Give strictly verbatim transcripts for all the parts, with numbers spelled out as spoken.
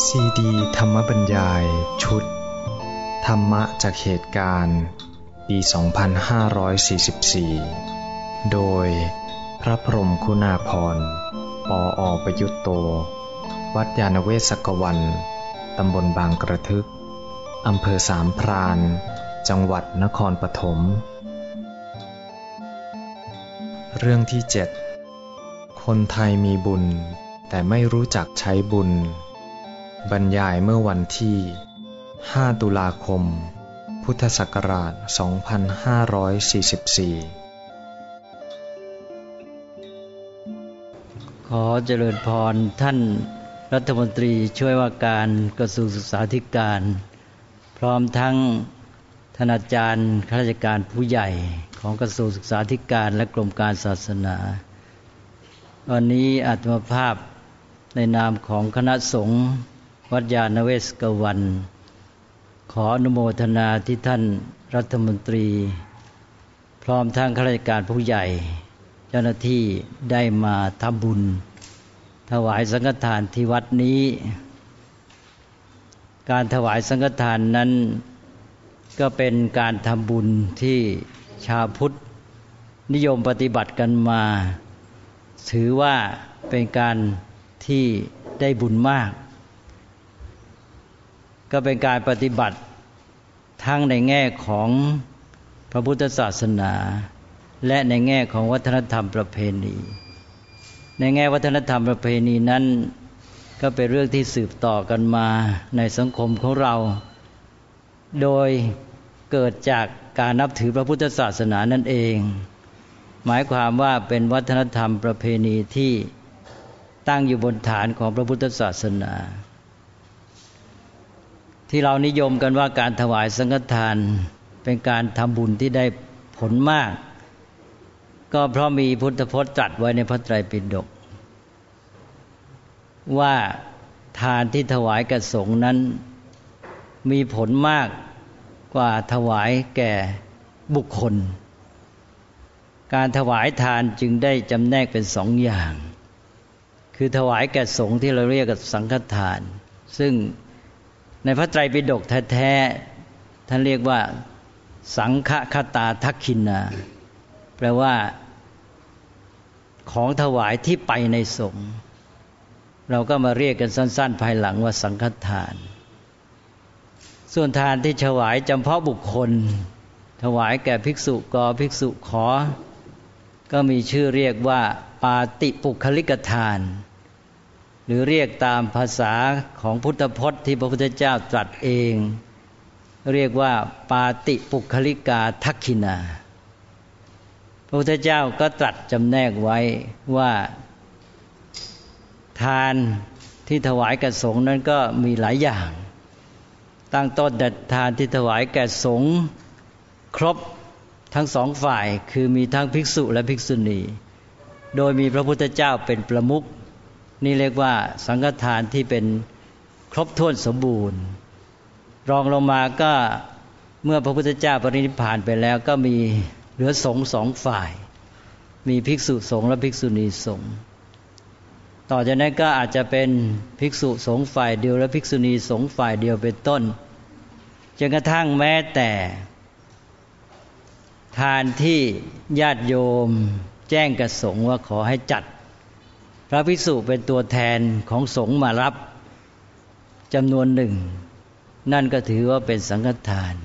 ซีดีธรรมบรรยายชุดธรรมะจากเหตุการณ์ปี สองพันห้าร้อยสี่สิบสี่ โดยพระพรหมคุณาภรณ์ ปอ.ประยุตโต วัดยานเวศกวัน ตำบลบางกระทึก อำเภอสามพราน จังหวัดนครปฐม เรื่องที่เจ็ด คนไทยมีบุญแต่ไม่รู้จักใช้บุญบรรยายเมื่อวันที่ ห้า ตุลาคม พุทธศักราช สองพันห้าร้อยสี่สิบสี่ขอเจริญพรท่านรัฐมนตรีช่วยว่าการกระทรวงศึกษาธิการพร้อมทั้งท่านอาจารย์ข้าราชการผู้ใหญ่ของกระทรวงศึกษาธิการและกรมการศาสนาวันนี้อาตมาภาพในนามของคณะสงฆ์วัดยานเวศกวันขออนุโมทนาที่ท่านรัฐมนตรีพร้อมทั้งข้าราชการผู้ใหญ่เจ้าหน้าที่ได้มาทำบุญถวายสังฆทานที่วัดนี้การถวายสังฆทานนั้นก็เป็นการทำบุญที่ชาวพุทธนิยมปฏิบัติกันมาถือว่าเป็นการที่ได้บุญมากก็เป็นการปฏิบัติทั้งในแง่ของพระพุทธศาสนาและในแง่ของวัฒนธรรมประเพณีในแง่วัฒนธรรมประเพณีนั้นก็เป็นเรื่องที่สืบต่อกันมาในสังคมของเราโดยเกิดจากการนับถือพระพุทธศาสนานั่นเองหมายความว่าเป็นวัฒนธรรมประเพณีที่ตั้งอยู่บนฐานของพระพุทธศาสนาที่เรานิยมกันว่าการถวายสังฆทานเป็นการทำบุญที่ได้ผลมากก็เพราะมีพุทธพจน์ตรัสไว้ในพระไตรปิฎกว่าทานที่ถวายแก่สงฆ์นั้นมีผลมากกว่าถวายแก่บุคคลการถวายทานจึงได้จำแนกเป็นสองอย่างคือถวายแก่สงฆ์ที่เราเรียกว่าสังฆทานซึ่งในพระไตรปิฎกแท้ๆท่านเรียกว่าสังฆคตาทักขินาแปลว่าของถวายที่ไปในสงฆ์เราก็มาเรียกกันสั้นๆภายหลังว่าสังฆทานส่วนทานที่ถวายจำเพาะบุคคลถวายแก่ภิกษุกภิกษุขอก็มีชื่อเรียกว่าปาติปุคลิกทานหรือเรียกตามภาษาของพุทธพจน์ที่พระพุทธเจ้าตรัสเองเรียกว่าปาติปุคลิกาทักขินาพระพุทธเจ้าก็ตรัสจำแนกไว้ว่าทานที่ถวายแก่สงฆ์นั้นก็มีหลายอย่างตั้งต้นแต่ทานที่ถวายแก่สงฆ์ครบทั้งสองฝ่ายคือมีทั้งภิกษุและภิกษุณีโดยมีพระพุทธเจ้าเป็นประมุขนี่เรียกว่าสังฆทานที่เป็นครบถ้วนสมบูรณ์รองลงมาก็เมื่อพระพุทธเจ้าปรินิพพานไปแล้วก็มีเหลือสงฆ์สองฝ่ายมีภิกษุสงฆ์และภิกษุณีสงฆ์ต่อจากนั้นก็อาจจะเป็นภิกษุสงฆ์ฝ่ายเดียวและภิกษุณีสงฆ์ฝ่ายเดียวเป็นต้นจนกระทั่งแม้แต่ทานที่ญาติโยมแจ้งกับสงฆ์ว่าขอให้จัดพระภิกษุเป็นตัวแทนของสงฆ์มารับจำนวนหนึ่งนั่นก็ถือว่าเป็นสังฆทาน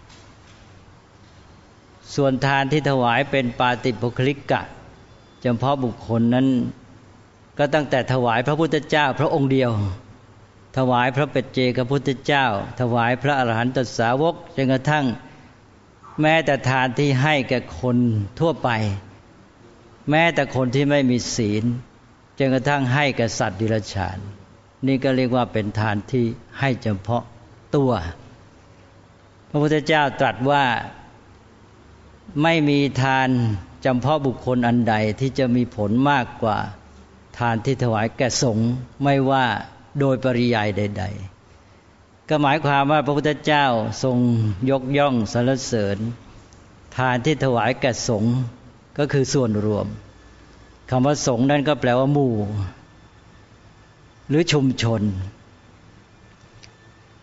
ส่วนทานที่ถวายเป็นปาติปุคลิกะเฉพาะบุคคลนั้นก็ตั้งแต่ถวายพระพุทธเจ้าพระองค์เดียวถวายพระปัจเจกพุทธเจ้าถวายพระอรหันตสาวกจนกระทั่งแม้แต่ทานที่ให้แก่คนทั่วไปแม้แต่คนที่ไม่มีศีลจนกระทั่งให้แก่สัตว์ดิรัจฉานนี่ก็เรียกว่าเป็นทานที่ให้เฉพาะตัวพระพุทธเจ้าตรัสว่าไม่มีทานจำเพาะบุคคลอันใดที่จะมีผลมากกว่าทานที่ถวายแก่สงฆ์ไม่ว่าโดยปริยายใดๆก็หมายความว่าพระพุทธเจ้าทรงยกย่องสรรเสริญทานที่ถวายแก่สงฆ์ก็คือส่วนรวมคำว่าสงฆ์นั้นก็แปลว่าหมู่หรือชุมชน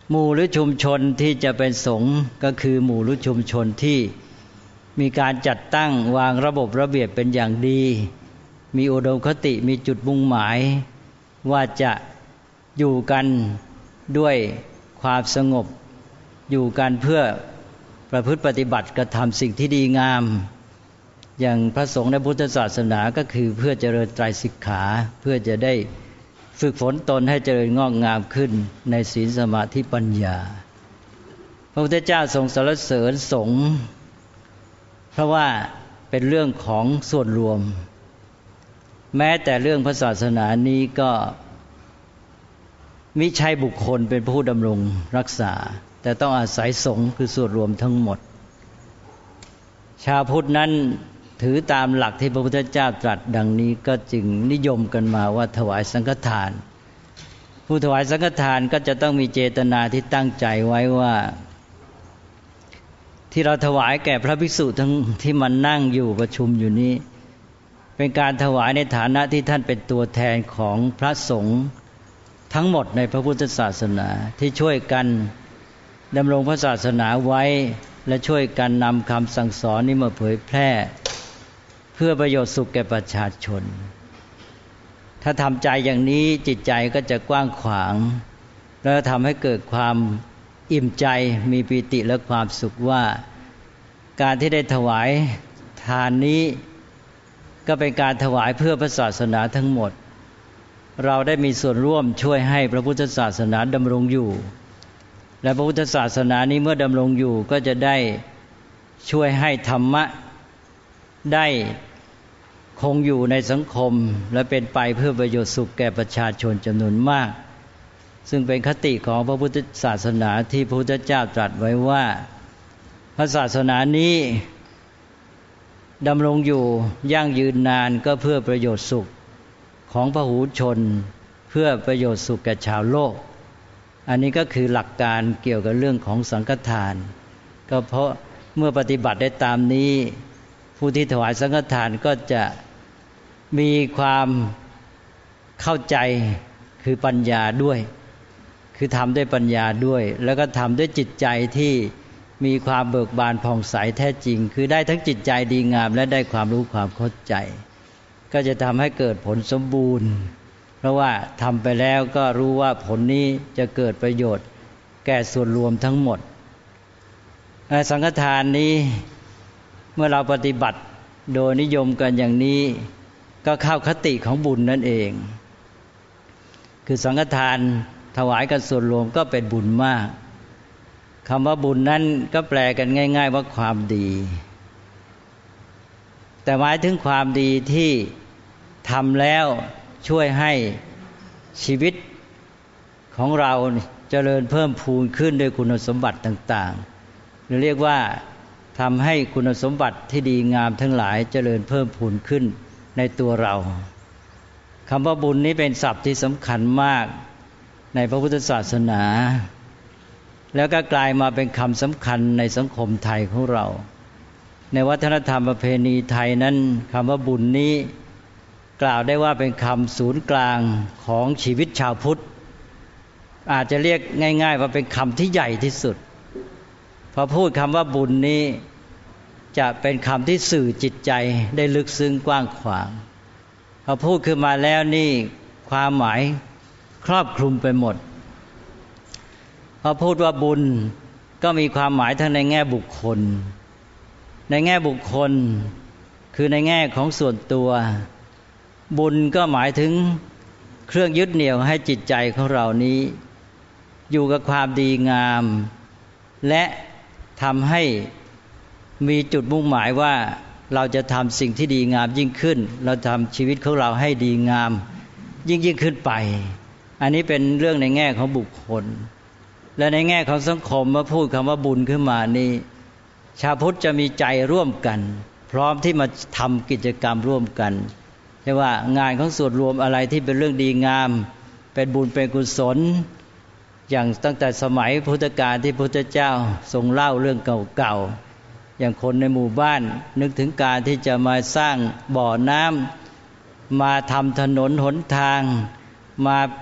หมู่หรือชุมชนที่จะเป็นสงฆ์ก็คือหมู่หรือชุมชนที่มีการจัดตั้งวางระบบระเบียบเป็นอย่างดีมีอุดมคติมีจุดมุ่งหมายว่าจะอยู่กันด้วยความสงบอยู่กันเพื่อประพฤติปฏิบัติกระทำสิ่งที่ดีงามอย่างพระสงฆ์ในพุทธศาสนาก็คือเพื่อเจริญไตรสิกขาเพื่อจะได้ฝึกฝนตนให้เจริญงอกงามขึ้นในศีลสมาธิปัญญาพระพุทธเจ้าทรงสรรเสริญสงฆ์เพราะว่าเป็นเรื่องของส่วนรวมแม้แต่เรื่องพระศาสนานี้ก็มิใช่บุคคลเป็นผู้ดำรงรักษาแต่ต้องอาศัยสงฆ์คือส่วนรวมทั้งหมดชาวพุทธนั้นถือตามหลักที่พระพุทธเจ้าตรัสดังนี้ก็จึงนิยมกันมาว่าถวายสังฆทานผู้ถวายสังฆทานก็จะต้องมีเจตนาที่ตั้งใจไว้ว่าที่เราถวายแก่พระภิกษุทั้งที่มันนั่งอยู่ประชุมอยู่นี้เป็นการถวายในฐานะที่ท่านเป็นตัวแทนของพระสงฆ์ทั้งหมดในพระพุทธศาสนาที่ช่วยกันดำรงพระศาสนาไว้และช่วยกันนำคำสั่งสอนนี้มาเผยแพร่เพื่อประโยชน์สุขแก่ประชาชนถ้าทำใจอย่างนี้จิตใจก็จะกว้างขวางแล้วทำให้เกิดความอิ่มใจมีปิติและความสุขว่าการที่ได้ถวายทานนี้ก็เป็นการถวายเพื่อพระศาสนาทั้งหมดเราได้มีส่วนร่วมช่วยให้พระพุทธศาสนาดำรงอยู่และพระพุทธศาสนานี้เมื่อดำรงอยู่ก็จะได้ช่วยให้ธรรมะได้คงอยู่ในสังคมและเป็นไปเพื่อประโยชน์สุขแก่ประชาชนจำนวนมากซึ่งเป็นคติของพระพุทธศาสนาที่พระพุทธเจ้าตรัสไว้ว่าพระศาสนานี้ดำรงอยู่ยั่งยืนนานก็เพื่อประโยชน์สุขของพหูชนเพื่อประโยชน์สุขแก่ชาวโลกอันนี้ก็คือหลักการเกี่ยวกับเรื่องของสังฆทานก็เพราะเมื่อปฏิบัติได้ตามนี้ผู้ที่ถวายสังฆทานก็จะมีความเข้าใจคือปัญญาด้วยคือทำด้วยปัญญาด้วยแล้วก็ทำด้วยจิตใจที่มีความเบิกบานผ่องใสแท้จริงคือได้ทั้งจิตใจดีงามและได้ความรู้ความเข้าใจก็จะทำให้เกิดผลสมบูรณ์เพราะว่าทำไปแล้วก็รู้ว่าผลนี้จะเกิดประโยชน์แก่ส่วนรวมทั้งหมดสังฆทานนี้เมื่อเราปฏิบัติโดยนิยมกันอย่างนี้ก็เข้าคติของบุญนั่นเองคือสังฆทานถวายกันส่วนรวมก็เป็นบุญมากคำว่าบุญนั้นก็แปลกันง่ายๆว่าความดีแต่หมายถึงความดีที่ทำแล้วช่วยให้ชีวิตของเราเจริญเพิ่มพูนขึ้นด้วยคุณสมบัติต่างๆหรือเรียกว่าทำให้คุณสมบัติที่ดีงามทั้งหลายเจริญเพิ่มพูนขึ้นในตัวเราคำว่าบุญนี้เป็นศัพท์ที่สำคัญมากในพระพุทธศาสนาแล้วก็กลายมาเป็นคำสำคัญในสังคมไทยของเราในวัฒนธรรมประเพณีไทยนั้นคำว่าบุญนี้กล่าวได้ว่าเป็นคำศูนย์กลางของชีวิตชาวพุทธอาจจะเรียกง่ายๆว่าเป็นคำที่ใหญ่ที่สุดพอพูดคำว่าบุญนี้จะเป็นคำที่สื่อจิตใจได้ลึกซึ้งกว้างขวางพอพูดขึ้นมาแล้วนี่ความหมายครอบคลุมไปหมดพอพูดว่าบุญก็มีความหมายทั้งในแง่บุคคลในแง่บุคคลคือในแง่ของส่วนตัวบุญก็หมายถึงเครื่องยึดเหนี่ยวให้จิตใจของเรานี้อยู่กับความดีงามและทำให้มีจุดมุ่งหมายว่าเราจะทำสิ่งที่ดีงามยิ่งขึ้นเราทำชีวิตของเราให้ดีงามยิ่งยิ่งขึ้นไปอันนี้เป็นเรื่องในแง่ของบุคคลและในแง่ของสังคมเมื่อพูดคำว่าบุญขึ้นมานี่ชาวพุทธจะมีใจร่วมกันพร้อมที่มาทำกิจกรรมร่วมกันใช่ว่างานของส่วนรวมอะไรที่เป็นเรื่องดีงามเป็นบุญเป็นกุศลอย่างตั้งแต่สมัยพุทธกาลที่พระพุทธเจ้าทรงเล่าเรื่องเก่าๆอย่างคนในหมู่บ้านนึกถึงการที่จะมาสร้างบ่อน้ำมาทำถนนหนทางมา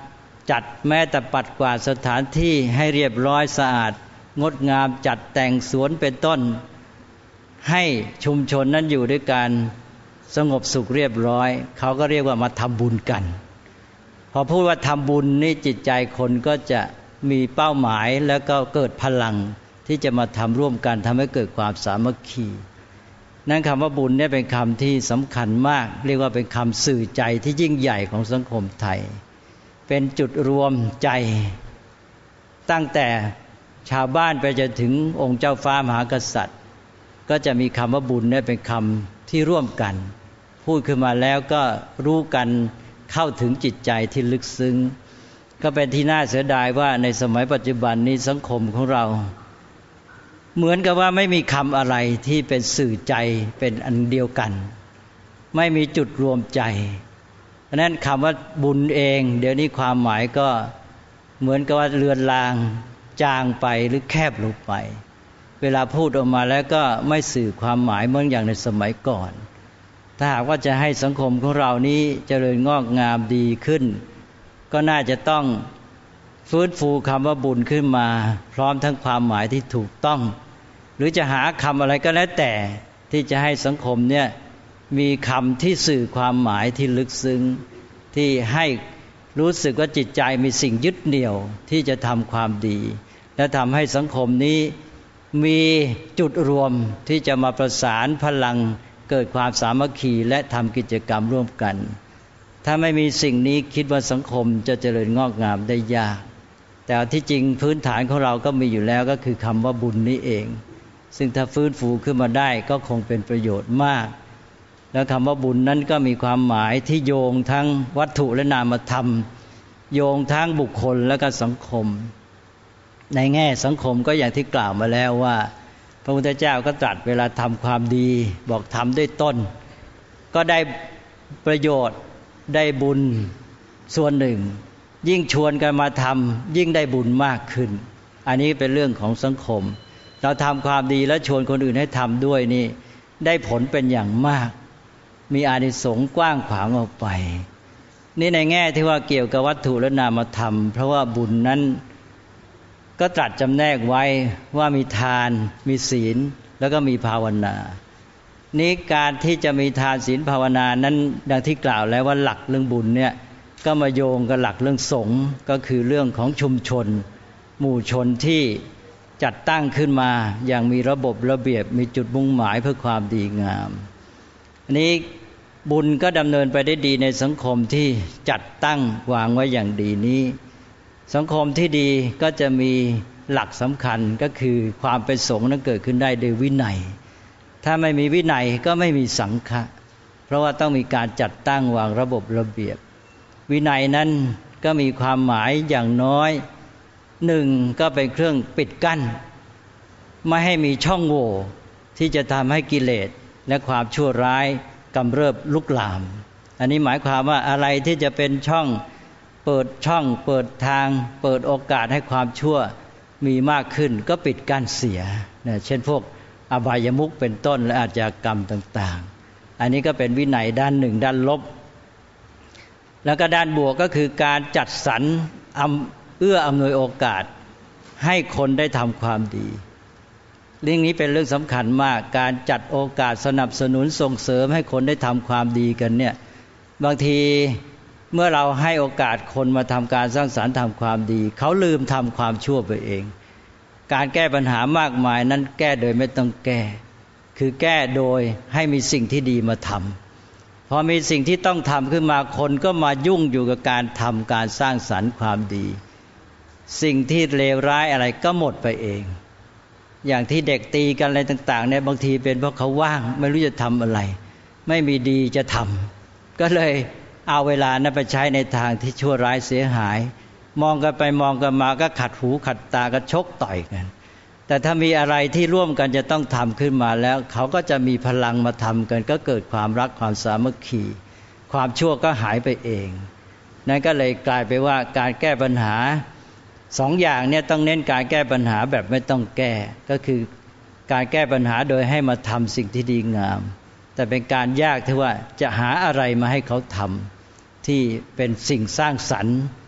จัดแม้แต่ปัดกวาดสถานที่ให้เรียบร้อยสะอาดงดงามจัดแต่งสวนเป็นต้นให้ชุมชนนั้นอยู่ด้วยการสงบสุขเรียบร้อยเขาก็เรียกว่ามาทำบุญกันพอพูดว่าทำบุญนี่จิตใจคนก็จะมีเป้าหมายแล้วก็เกิดพลังที่จะมาทำร่วมกันทำให้เกิดความสามัคคีนั้นคำว่าบุญเนี่ยเป็นคำที่สำคัญมากเรียกว่าเป็นคำสื่อใจที่ยิ่งใหญ่ของสังคมไทยเป็นจุดรวมใจตั้งแต่ชาวบ้านไปจนถึงองค์เจ้าฟ้ามหากษัตริย์ก็จะมีคำว่าบุญเนี่ยเป็นคำที่ร่วมกันพูดขึ้นมาแล้วก็รู้กันเข้าถึงจิตใจที่ลึกซึ้งก็เป็นที่น่าเสียดายว่าในสมัยปัจจุบันนี้สังคมของเราเหมือนกับว่าไม่มีคำอะไรที่เป็นสื่อใจเป็นอันเดียวกันไม่มีจุดรวมใจเพราะนั้นคำว่าบุญเองเดี๋ยวนี้ความหมายก็เหมือนกับว่าเลือนลางจางไปหรือแคบลงไปเวลาพูดออกมาแล้วก็ไม่สื่อความหมายเหมือนอย่างในสมัยก่อนถ้าหากว่าจะให้สังคมของเรานี้เจริญงอกงามดีขึ้นก็น่าจะต้องฟื้นฟูคำว่าบุญขึ้นมาพร้อมทั้งความหมายที่ถูกต้องหรือจะหาคำอะไรก็แล้วแต่ที่จะให้สังคมเนี่ยมีคำที่สื่อความหมายที่ลึกซึ้งที่ให้รู้สึกว่าจิตใจมีสิ่งยึดเหนี่ยวที่จะทำความดีและทำให้สังคมนี้มีจุดรวมที่จะมาประสานพลังเกิดความสามัคคีและทำกิจกรรมร่วมกันถ้าไม่มีสิ่งนี้คิดว่าสังคมจะเจริญงอกงามได้ยากแต่ที่จริงพื้นฐานของเราก็มีอยู่แล้วก็คือคำว่าบุญนี้เองซึ่งถ้าฟื้นฟูขึ้นมาได้ก็คงเป็นประโยชน์มากแล้วคำว่าบุญนั้นก็มีความหมายที่โยงทั้งวัตถุและนามธรรมโยงทั้งบุคคลและก็สังคมในแง่สังคมก็อย่างที่กล่าวมาแล้วว่าพระพุทธเจ้าก็ตรัสเวลาทำความดีบอกทำด้วยตนก็ได้ประโยชน์ได้บุญส่วนหนึ่งยิ่งชวนกันมาทำยิ่งได้บุญมากขึ้นอันนี้เป็นเรื่องของสังคมเราทำความดีแล้วชวนคนอื่นให้ทำด้วยนี่ได้ผลเป็นอย่างมากมีอานิสงส์กว้างขวางออกไปนี่ในแง่ที่ว่าเกี่ยวกับวัตถุและนามธรรมเพราะว่าบุญนั้นก็ตรัสจำแนกไว้ว่ามีทานมีศีลแล้วก็มีภาวนานี้การที่จะมีทานศีลภาวนานั้นดังที่กล่าวแล้วว่าหลักเรื่องบุญเนี่ยก็มาโยงกับหลักเรื่องสงฆ์ก็คือเรื่องของชุมชนหมู่ชนที่จัดตั้งขึ้นมาอย่างมีระบบระเบียบมีจุดมุ่งหมายเพื่อความดีงามอันนี้บุญก็ดำเนินไปได้ดีในสังคมที่จัดตั้งวางไว้อย่างดีนี้สังคมที่ดีก็จะมีหลักสำคัญก็คือความเป็นสงฆ์นั้นเกิดขึ้นได้โดยวินัยถ้าไม่มีวินัยก็ไม่มีสังฆะเพราะว่าต้องมีการจัดตั้งวางระบบระเบียบวินัยนั้นก็มีความหมายอย่างน้อยหนึ่งก็เป็นเครื่องปิดกั้นไม่ให้มีช่องโหว่ที่จะทำให้กิเลสและความชั่วร้ายกำเริบลุกลามอันนี้หมายความว่าอะไรที่จะเป็นช่องเปิดช่องเปิดทางเปิดโอกาสให้ความชั่วมีมากขึ้นก็ปิดกั้นเสียนะเช่นพวกอบายมุขเป็นต้นและอาชญากรรมต่างๆอันนี้ก็เป็นวินัยด้านหนึ่งด้านลบแล้วก็ด้านบวกก็คือการจัดสรรเอื้ออำนวยโอกาสให้คนได้ทำความดีเรื่องนี้เป็นเรื่องสำคัญมากการจัดโอกาสสนับสนุนส่งเสริมให้คนได้ทำความดีกันเนี่ยบางทีเมื่อเราให้โอกาสคนมาทำการสร้างสรรค์ทำความดีเขาลืมทำความชั่วไปเองการแก้ปัญหามากมายนั้นแก้โดยไม่ต้องแก้คือแก้โดยให้มีสิ่งที่ดีมาทำพอมีสิ่งที่ต้องทำขึ้นมาคนก็มายุ่งอยู่กับการทำการสร้างสรรค์ความดีสิ่งที่เลวร้ายอะไรก็หมดไปเองอย่างที่เด็กตีกันอะไรต่างๆเนี่ยบางทีเป็นเพราะเขาว่างไม่รู้จะทำอะไรไม่มีดีจะทำก็เลยเอาเวลานั้นไปใช้ในทางที่ชั่วร้ายเสียหายมองกันไปมองกันมาก็ขัดหูขัดตาก็ชกต่อยกันแต่ถ้ามีอะไรที่ร่วมกันจะต้องทำขึ้นมาแล้วเขาก็จะมีพลังมาทำกันก็เกิดความรักความสามัคคีความชั่วก็หายไปเองนั่นก็เลยกลายไปว่าการแก้ปัญหาสองอย่างเนี่ยต้องเน้นการแก้ปัญหาแบบไม่ต้องแก้ก็คือการแก้ปัญหาโดยให้มาทำสิ่งที่ดีงามแต่เป็นการยากที่ว่าจะหาอะไรมาให้เขาทำที่เป็นสิ่งสร้างสรรค์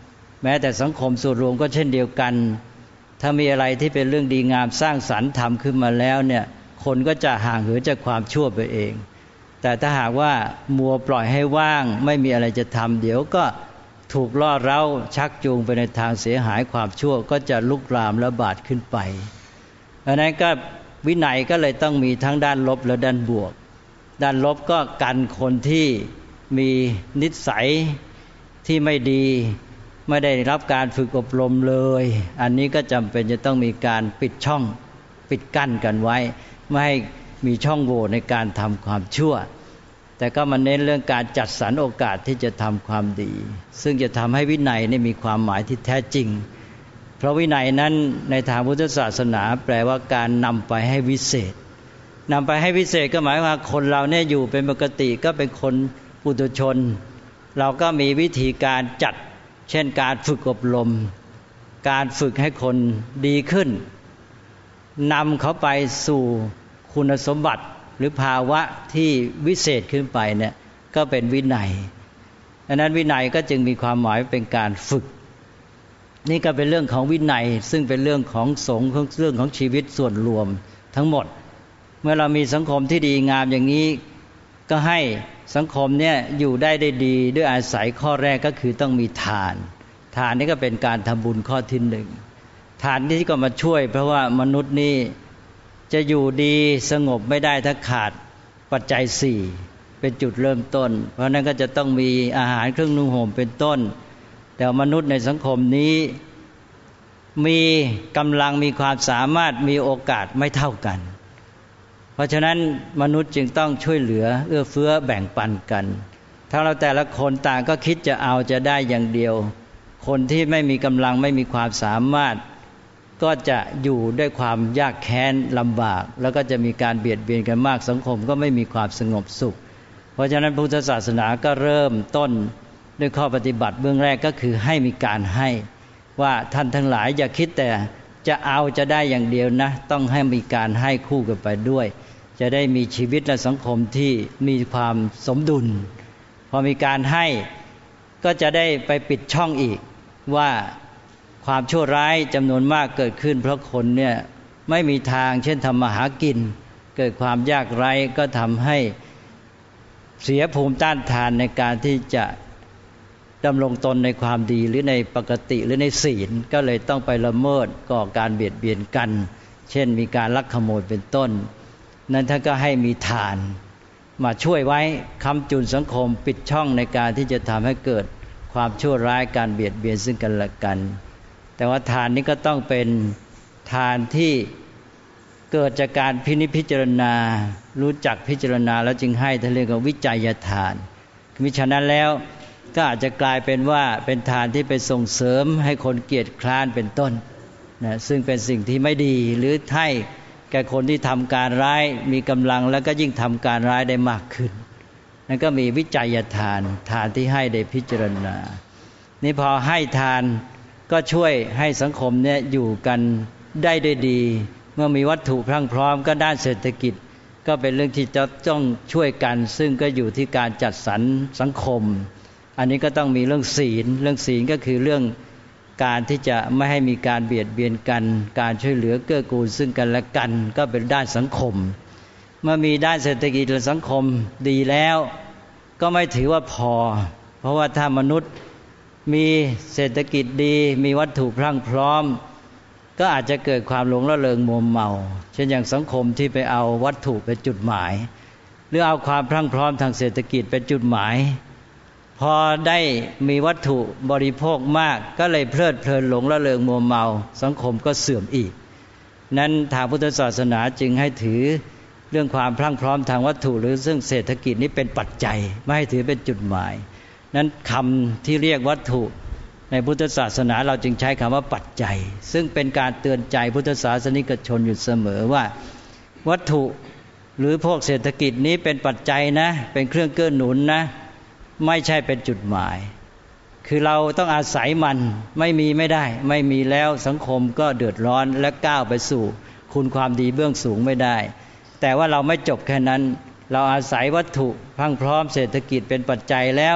แม้แต่สังคมส่วนรวมก็เช่นเดียวกันถ้ามีอะไรที่เป็นเรื่องดีงามสร้างสรรค์ทำขึ้นมาแล้วเนี่ยคนก็จะห่างเหินจากความชั่วไปเองแต่ถ้าหากว่ามัวปล่อยให้ว่างไม่มีอะไรจะทำเดี๋ยวก็ถูกล่อเร้าชักจูงไปในทางเสียหายความชั่วก็จะลุกลามระบาดขึ้นไปเพราะนั้นก็วินัยก็เลยต้องมีทั้งด้านลบและด้านบวกด้านลบก็กันคนที่มีนิสัยที่ไม่ดีไม่ได้รับการฝึกอบรมเลยอันนี้ก็จำเป็นจะต้องมีการปิดช่องปิดกั้นกันไว้ไม่ให้มีช่องโหว่ในการทำความชั่วแต่ก็มาเน้นเรื่องการจัดสรรโอกาสที่จะทำความดีซึ่งจะทำให้วินัยนี่มีความหมายที่แท้จริงเพราะวินัยนั้นในทางพุทธศาสนาแปลว่าการนำไปให้วิเศษนำไปให้วิเศษก็หมายว่าคนเราเนี่ยอยู่เป็นปกติก็เป็นคนปุถุชนเราก็มีวิธีการจัดเช่นการฝึกอบรมการฝึกให้คนดีขึ้นนำเขาไปสู่คุณสมบัติหรือภาวะที่วิเศษขึ้นไปเนี่ยก็เป็นวินัยดังนั้นวินัยก็จึงมีความหมายเป็นการฝึกนี่ก็เป็นเรื่องของวินัยซึ่งเป็นเรื่องของสงฆ์เรื่องของชีวิตส่วนรวมทั้งหมดเมื่อเรามีสังคมที่ดีงามอย่างนี้ก็ให้สังคมเนี่ยอยู่ได้ได้ดีด้วยอาศัยข้อแรกก็คือต้องมีทานทานนี่ก็เป็นการทำบุญข้อที่หนึ่งทานที่ก็มาช่วยเพราะว่ามนุษย์นี่จะอยู่ดีสงบไม่ได้ถ้าขาดปัจจัยสี่เป็นจุดเริ่มต้นเพราะนั้นก็จะต้องมีอาหารเครื่องนุ่งห่มเป็นต้นแต่มนุษย์ในสังคมนี้มีกำลังมีความสามารถมีโอกาสไม่เท่ากันเพราะฉะนั้นมนุษย์จึงต้องช่วยเหลือเอื้อเฟื้อแบ่งปันกันถ้าเราแต่ละคนต่างก็คิดจะเอาจะได้อย่างเดียวคนที่ไม่มีกำลังไม่มีความสามารถก็จะอยู่ด้วยความยากแค้นลำบากแล้วก็จะมีการเบียดเบียนกันมากสังคมก็ไม่มีความสงบสุขเพราะฉะนั้นพุทธศาสนาก็เริ่มต้นด้วยข้อปฏิบัติเบื้องแรกก็คือให้มีการให้ว่าท่านทั้งหลายอย่าคิดแต่จะเอาจะได้อย่างเดียวนะต้องให้มีการให้คู่กันไปด้วยจะได้มีชีวิตและสังคมที่มีความสมดุลพอมีการให้ก็จะได้ไปปิดช่องอีกว่าความชั่วร้ายจำนวนมากเกิดขึ้นเพราะคนเนี่ยไม่มีทางเช่นทำมาหากินเกิดความยากไร้ก็ทำให้เสียภูมิต้านทานในการที่จะดำรงตนในความดีหรือในปกติหรือในศีลก็เลยต้องไปละเมิดก่อการเบียดเบียนกันเช่นมีการลักขโมยเป็นต้นนั้นท่านก็ให้มีทานมาช่วยไว้ค้ำจุนสังคมปิดช่องในการที่จะทำให้เกิดความชั่วร้ายการเบียดเบียนซึ่งกันและกันแต่ว่าทานนี้ก็ต้องเป็นทานที่เกิดจากการพินิจพิจารณารู้จักพิจารณาแล้วจึงให้ท่านเรียกว่าวิจัยทานมิฉะนั้นแล้วก็อาจจะกลายเป็นว่าเป็นทานที่ไปส่งเสริมให้คนเกียจคร้านเป็นต้นนะซึ่งเป็นสิ่งที่ไม่ดีหรือให้แก่คนที่ทำการร้ายมีกำลังแล้วก็ยิ่งทำการร้ายได้มากขึ้นนั่นก็มีวิจัยทานทานที่ให้ได้พิจารณานี่พอให้ทานก็ช่วยให้สังคมเนี่ยอยู่กันได้ได้ดีเมื่อมีวัตถุพรั่งพร้อมก็ด้านเศรษฐกิจก็เป็นเรื่องที่จะต้องช่วยกันซึ่งก็อยู่ที่การจัดสรรสังคมอันนี้ก็ต้องมีเรื่องศีลเรื่องศีลก็คือเรื่องการที่จะไม่ให้มีการเบียดเบียนกันการช่วยเหลือเกื้อกูลซึ่งกันและกันก็เป็นด้านสังคมเมื่อมีด้านเศรษฐกิจและสังคมดีแล้วก็ไม่ถือว่าพอเพราะว่าถ้ามนุษย์มีเศรษฐกิจดีมีวัตถุพรั่งพร้อมก็อาจจะเกิดความหลงระเริงมัวเมาเช่นอย่างสังคมที่ไปเอาวัตถุเป็นจุดหมายหรือเอาความพรั่งพร้อมทางเศรษฐกิจเป็นจุดหมายพอได้มีวัตถุบริโภคมากก็เลยเพลิดเพลินหลงระเริงมัวเมาสังคมก็เสื่อมอีกนั้นทางพุทธศาสนาจึงให้ถือเรื่องความพรั่งพร้อมทางวัตถุหรือซึ่งเศรษฐกิจนี้เป็นปัจจัยไม่ให้ถือเป็นจุดหมายนั้นคำที่เรียกวัตถุในพุทธศาสนาเราจึงใช้คำว่าปัจจัยซึ่งเป็นการเตือนใจพุทธศาสนิกชนอยู่เสมอว่าวัตถุหรือพวกเศรษฐกิจนี้เป็นปัจจัยนะเป็นเครื่องเกื้อหนุนนะไม่ใช่เป็นจุดหมายคือเราต้องอาศัยมันไม่มีไม่ได้ไม่มีแล้วสังคมก็เดือดร้อนและก้าวไปสู่คุณความดีเบื้องสูงไม่ได้แต่ว่าเราไม่จบแค่นั้นเราอาศัยวัตถุพรั่งพร้อมเศรษฐกิจเป็นปัจจัยแล้ว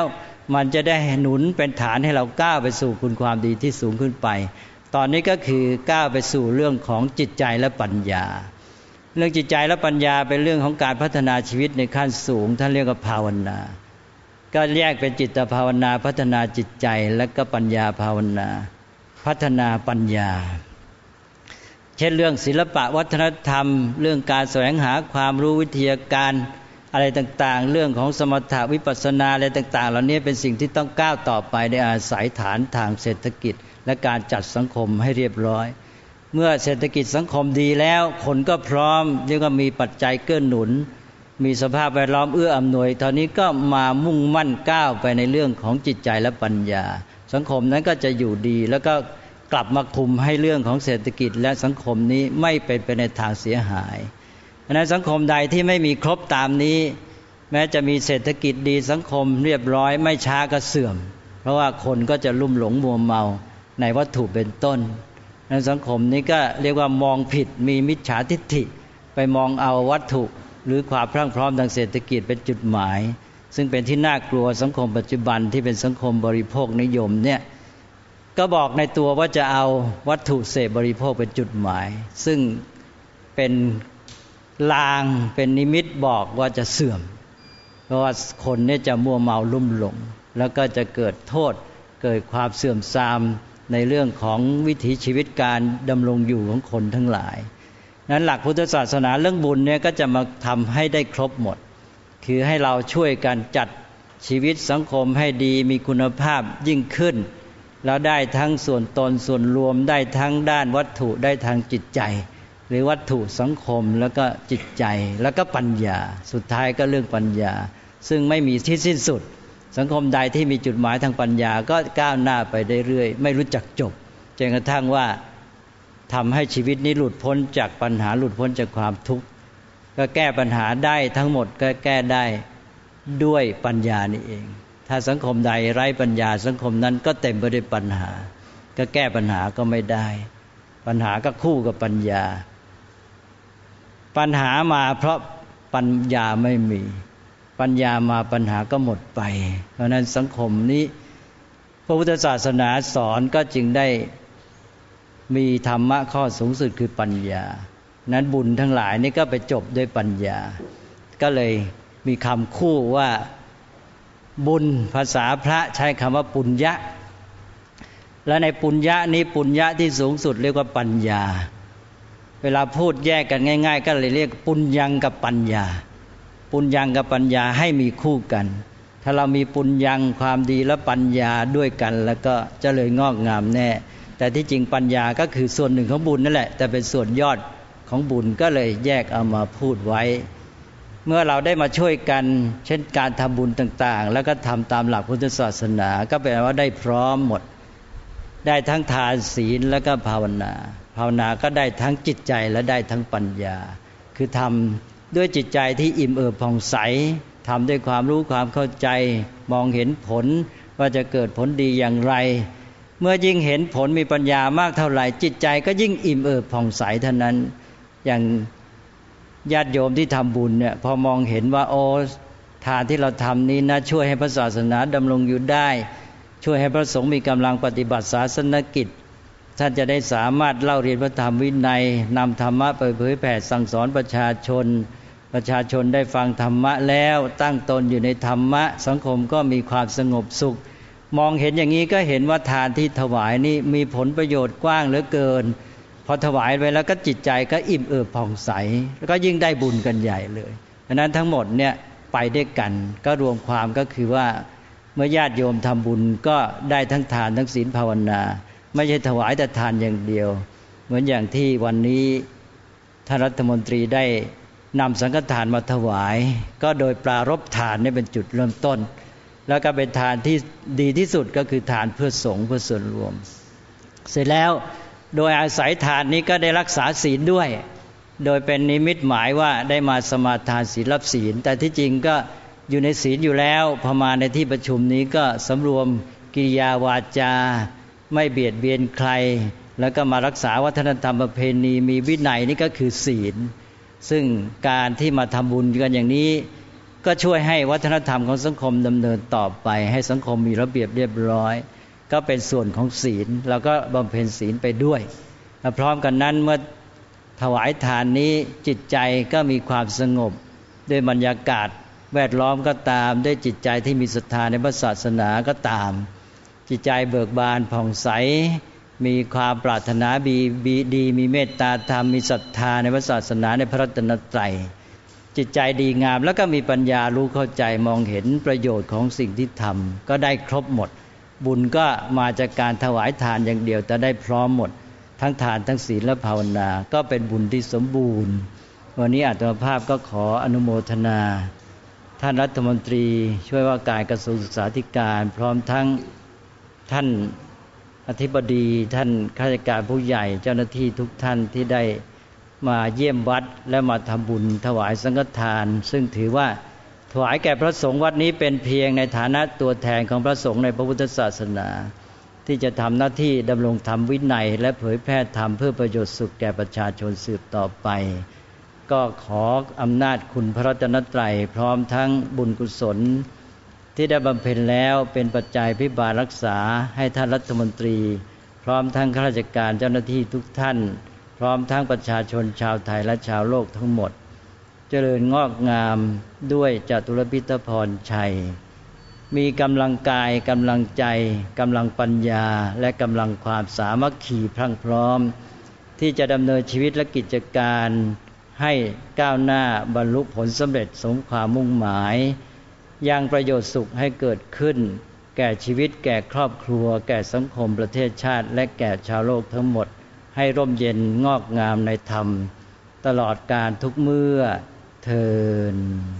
มันจะได้หนุนเป็นฐานให้เราก้าวไปสู่คุณความดีที่สูงขึ้นไปตอนนี้ก็คือก้าวไปสู่เรื่องของจิตใจและปัญญาเรื่องจิตใจและปัญญาเป็นเรื่องของการพัฒนาชีวิตในขั้นสูงท่านเรียกว่าภาวนาก็แยกเป็นจิตภาวนาพัฒนาจิตใจและก็ปัญญาภาวนาพัฒนาปัญญาเช่นเรื่องศิลปะวัฒนธรรมเรื่องการแสวงหาความรู้วิทยาการอะไรต่างๆเรื่องของสมถะวิปัสสนาอะไรต่างๆเหล่านี้เป็นสิ่งที่ต้องก้าวต่อไปในอาศัยฐานทางเศรษฐกิจและการจัดสังคมให้เรียบร้อยเมื่อเศรษฐกิจสังคมดีแล้วคนก็พร้อมเรียกว่ามีปัจจัยเกื้อหนุนมีสภาพแวดล้อมเอื้ออำนวยตอนนี้ก็มามุ่งมั่นก้าวไปในเรื่องของจิตใจและปัญญาสังคมนั้นก็จะอยู่ดีแล้วก็กลับมาคุมให้เรื่องของเศรษฐกิจและสังคมนี้ไม่เป็นไปในทางเสียหายเพราะฉะนั้นสังคมใดที่ไม่มีครบตามนี้แม้จะมีเศรษฐกิจดีสังคมเรียบร้อยไม่ช้าก็เสื่อมเพราะว่าคนก็จะลุ่มหลงมัวเมาในวัตถุเป็นต้นในสังคมนี้ก็เรียกว่ามองผิดมีมิจฉาทิฏฐิไปมองเอาวัตถุหรือความพรั่งพร้อมทางเศรษฐกิจเป็นจุดหมายซึ่งเป็นที่น่ากลัวสังคมปัจจุบันที่เป็นสังคมบริโภคนิยมเนี่ยก็บอกในตัวว่าจะเอาวัตถุเสพบริโภคเป็นจุดหมายซึ่งเป็นลางเป็นนิมิตบอกว่าจะเสื่อมเพราะว่าคนเนี่ยจะมัวเมาลุ่มหลงแล้วก็จะเกิดโทษเกิดความเสื่อมทรามในเรื่องของวิถีชีวิตการดำรงอยู่ของคนทั้งหลายนั้นหลักพุทธศาสนาเรื่องบุญเนี่ยก็จะมาทำให้ได้ครบหมดคือให้เราช่วยกันจัดชีวิตสังคมให้ดีมีคุณภาพยิ่งขึ้นแล้วได้ทั้งส่วนตนส่วนรวมได้ทั้งด้านวัตถุได้ทางจิตใจหรือวัตถุสังคมแล้วก็จิตใจแล้วก็ปัญญาสุดท้ายก็เรื่องปัญญาซึ่งไม่มีที่สิ้นสุดสังคมใดที่มีจุดหมายทางปัญญาก็ก้าวหน้าไปได้เรื่อยไม่รู้จักจบจนกระทั่งว่าทำให้ชีวิตนี้หลุดพ้นจากปัญหาหลุดพ้นจากความทุกข์ก็แก้ปัญหาได้ทั้งหมดก็แก้ได้ด้วยปัญญานี่เองถ้าสังคมใดไร้ปัญญาสังคมนั้นก็เต็มไปด้วยปัญหาก็แก้ปัญหาก็ไม่ได้ปัญหาก็คู่กับปัญญาปัญหามาเพราะปัญญาไม่มีปัญญามาปัญหาก็หมดไปเพราะนั้นสังคมนี้พระพุทธศาสนาสอนก็จึงได้มีธรรมะข้อสูงสุดคือปัญญานั้นบุญทั้งหลายนี่ก็ไปจบด้วยปัญญาก็เลยมีคำคู่ว่าบุญภาษาพระใช้คำว่าปุญญะและในปุญญะนี้ปุญญะที่สูงสุดเรียกว่าปัญญาเวลาพูดแยกกันง่ายๆก็เลยเรียกปุญญังกับปัญญาปุญญังกับปัญญาให้มีคู่กันถ้าเรามีปุญญังความดีและปัญญาด้วยกันแล้วก็จะเลยงอกงามแน่แต่ที่จริงปัญญาก็คือส่วนหนึ่งของบุญนั่นแหละแต่เป็นส่วนยอดของบุญก็เลยแยกเอามาพูดไว้เมื่อเราได้มาช่วยกันเช่นการทำบุญต่างๆแล้วก็ทำตามหลักพุทธศาสนาก็แปลว่าได้พร้อมหมดได้ทั้งทานศีลแล้วก็ภาวนาภาวนาก็ได้ทั้งจิตใจและได้ทั้งปัญญาคือทำด้วยจิตใจที่อิ่มเอิบผ่องใสทำด้วยความรู้ความเข้าใจมองเห็นผลว่าจะเกิดผลดีอย่างไรเมื่อยิ่งเห็นผลมีปัญญามากเท่าไหร่จิตใจก็ยิ่งอิ่มเอิบผ่องใสเท่านั้นอย่างญาติโยมที่ทำบุญเนี่ยพอมองเห็นว่าโอ้ทานที่เราทำนี้นะช่วยให้พระศาสนาดำรงอยู่ได้ช่วยให้พระสงฆ์มีกำลังปฏิบัติศาสนกิจท่านจะได้สามารถเล่าเรียนพระธรรมวินัยนำธรรมะไปเผยแผ่สั่งสอนประชาชนประชาชนได้ฟังธรรมะแล้วตั้งตนอยู่ในธรรมะสังคมก็มีความสงบสุขมองเห็นอย่างนี้ก็เห็นว่าทานที่ถวายนี่มีผลประโยชน์กว้างเหลือเกินพอถวายไปแล้วก็จิตใจก็อิ่มเอิบผ่องใสแล้วก็ยิ่งได้บุญกันใหญ่เลยเพราะนั้นทั้งหมดเนี่ยไปด้วยกันก็รวมความก็คือว่าเมื่อญาติโยมทำบุญก็ได้ทั้งทานทั้งศีลภาวนาไม่ใช่ถวายแต่ทานอย่างเดียวเหมือนอย่างที่วันนี้ท่านรัฐมนตรีได้นำสังฆทานมาถวายก็โดยปรารภทานนี่เป็นจุดเริ่มต้นแล้วก็เป็นทานที่ดีที่สุดก็คือทานเพื่อสงฆ์เพื่อส่วนรวมเสร็จแล้วโดยอาศัยทานนี้ก็ได้รักษาศีลด้วยโดยเป็นนิมิตหมายว่าได้มาสมาทานศีลรับศีลแต่ที่จริงก็อยู่ในศีลอยู่แล้วพอมาในที่ประชุมนี้ก็สำรวมกิริยาวาจาไม่เบียดเบียนใครแล้วก็มารักษาวัฒนธรรมประเพณีมีวินัยนี่ก็คือศีลซึ่งการที่มาทำบุญกันอย่างนี้ก็ช่วยให้วัฒนธรรมของสังคมดำเนินต่อไปให้สังคมมีระเบียบเรียบร้อยก็เป็นส่วนของศีลเราก็บำเพ็ญศีลไปด้วยและพร้อมกันนั้นเมื่อถวายทานนี้จิตใจก็มีความสงบด้วยบรรยากาศแวดล้อมก็ตามด้วยจิตใจที่มีศรัทธาในพระศาสนาก็ตามจิตใจเบิกบานผ่องใสมีความปรารถนาดีดีมีเมตตาธรรมมีศรัทธาในพระศาสนาในพระรัตนตรัยจิตใจดีงามแล้วก็มีปัญญารู้เข้าใจมองเห็นประโยชน์ของสิ่งที่ทำก็ได้ครบหมดบุญก็มาจากการถวายทานอย่างเดียวแต่ได้พร้อมหมดทั้งทานทั้งศีลและภาวนาก็เป็นบุญที่สมบูรณ์วันนี้อาตมาภาพก็ขออนุโมทนาท่านรัฐมนตรีช่วยว่าการกระทรวงศึกษาธิการพร้อมทั้งท่านอธิบดีท่านข้าราชการผู้ใหญ่เจ้าหน้าที่ทุกท่านที่ได้มาเยี่ยมวัดและมาทำบุญถวายสังฆทานซึ่งถือว่าถวายแก่พระสงฆ์วัดนี้เป็นเพียงในฐานะตัวแทนของพระสงฆ์ในพระพุทธศาสนาที่จะทำหน้าที่ดำรงธรรมวินัยและเผยแพร่ธรรมเพื่อประโยชน์สุขแก่ประชาชนสืบต่อไปก็ขออำนาจคุณพระรัตนตรัยพร้อมทั้งบุญกุศลที่ได้บำเพ็ญแล้วเป็นปัจจัยพิบาลรักษาให้ท่านรัฐมนตรีพร้อมทั้งข้าราชการเจ้าหน้าที่ทุกท่านพร้อมทั้งประชาชนชาวไทยและชาวโลกทั้งหมดเจริญงอกงามด้วยจตุรพิธพรชัยมีกำลังกายกำลังใจกำลังปัญญาและกำลังความสามัคคีพรั่งพร้อมที่จะดำเนินชีวิตและกิจการให้ก้าวหน้าบรรลุผลสำเร็จสมความมุ่งหมายยังประโยชน์สุขให้เกิดขึ้นแก่ชีวิตแก่ครอบครัวแก่สังคมประเทศชาติและแก่ชาวโลกทั้งหมดให้ร่มเย็นงอกงามในธรรมตลอดกาลทุกเมื่อเทอญ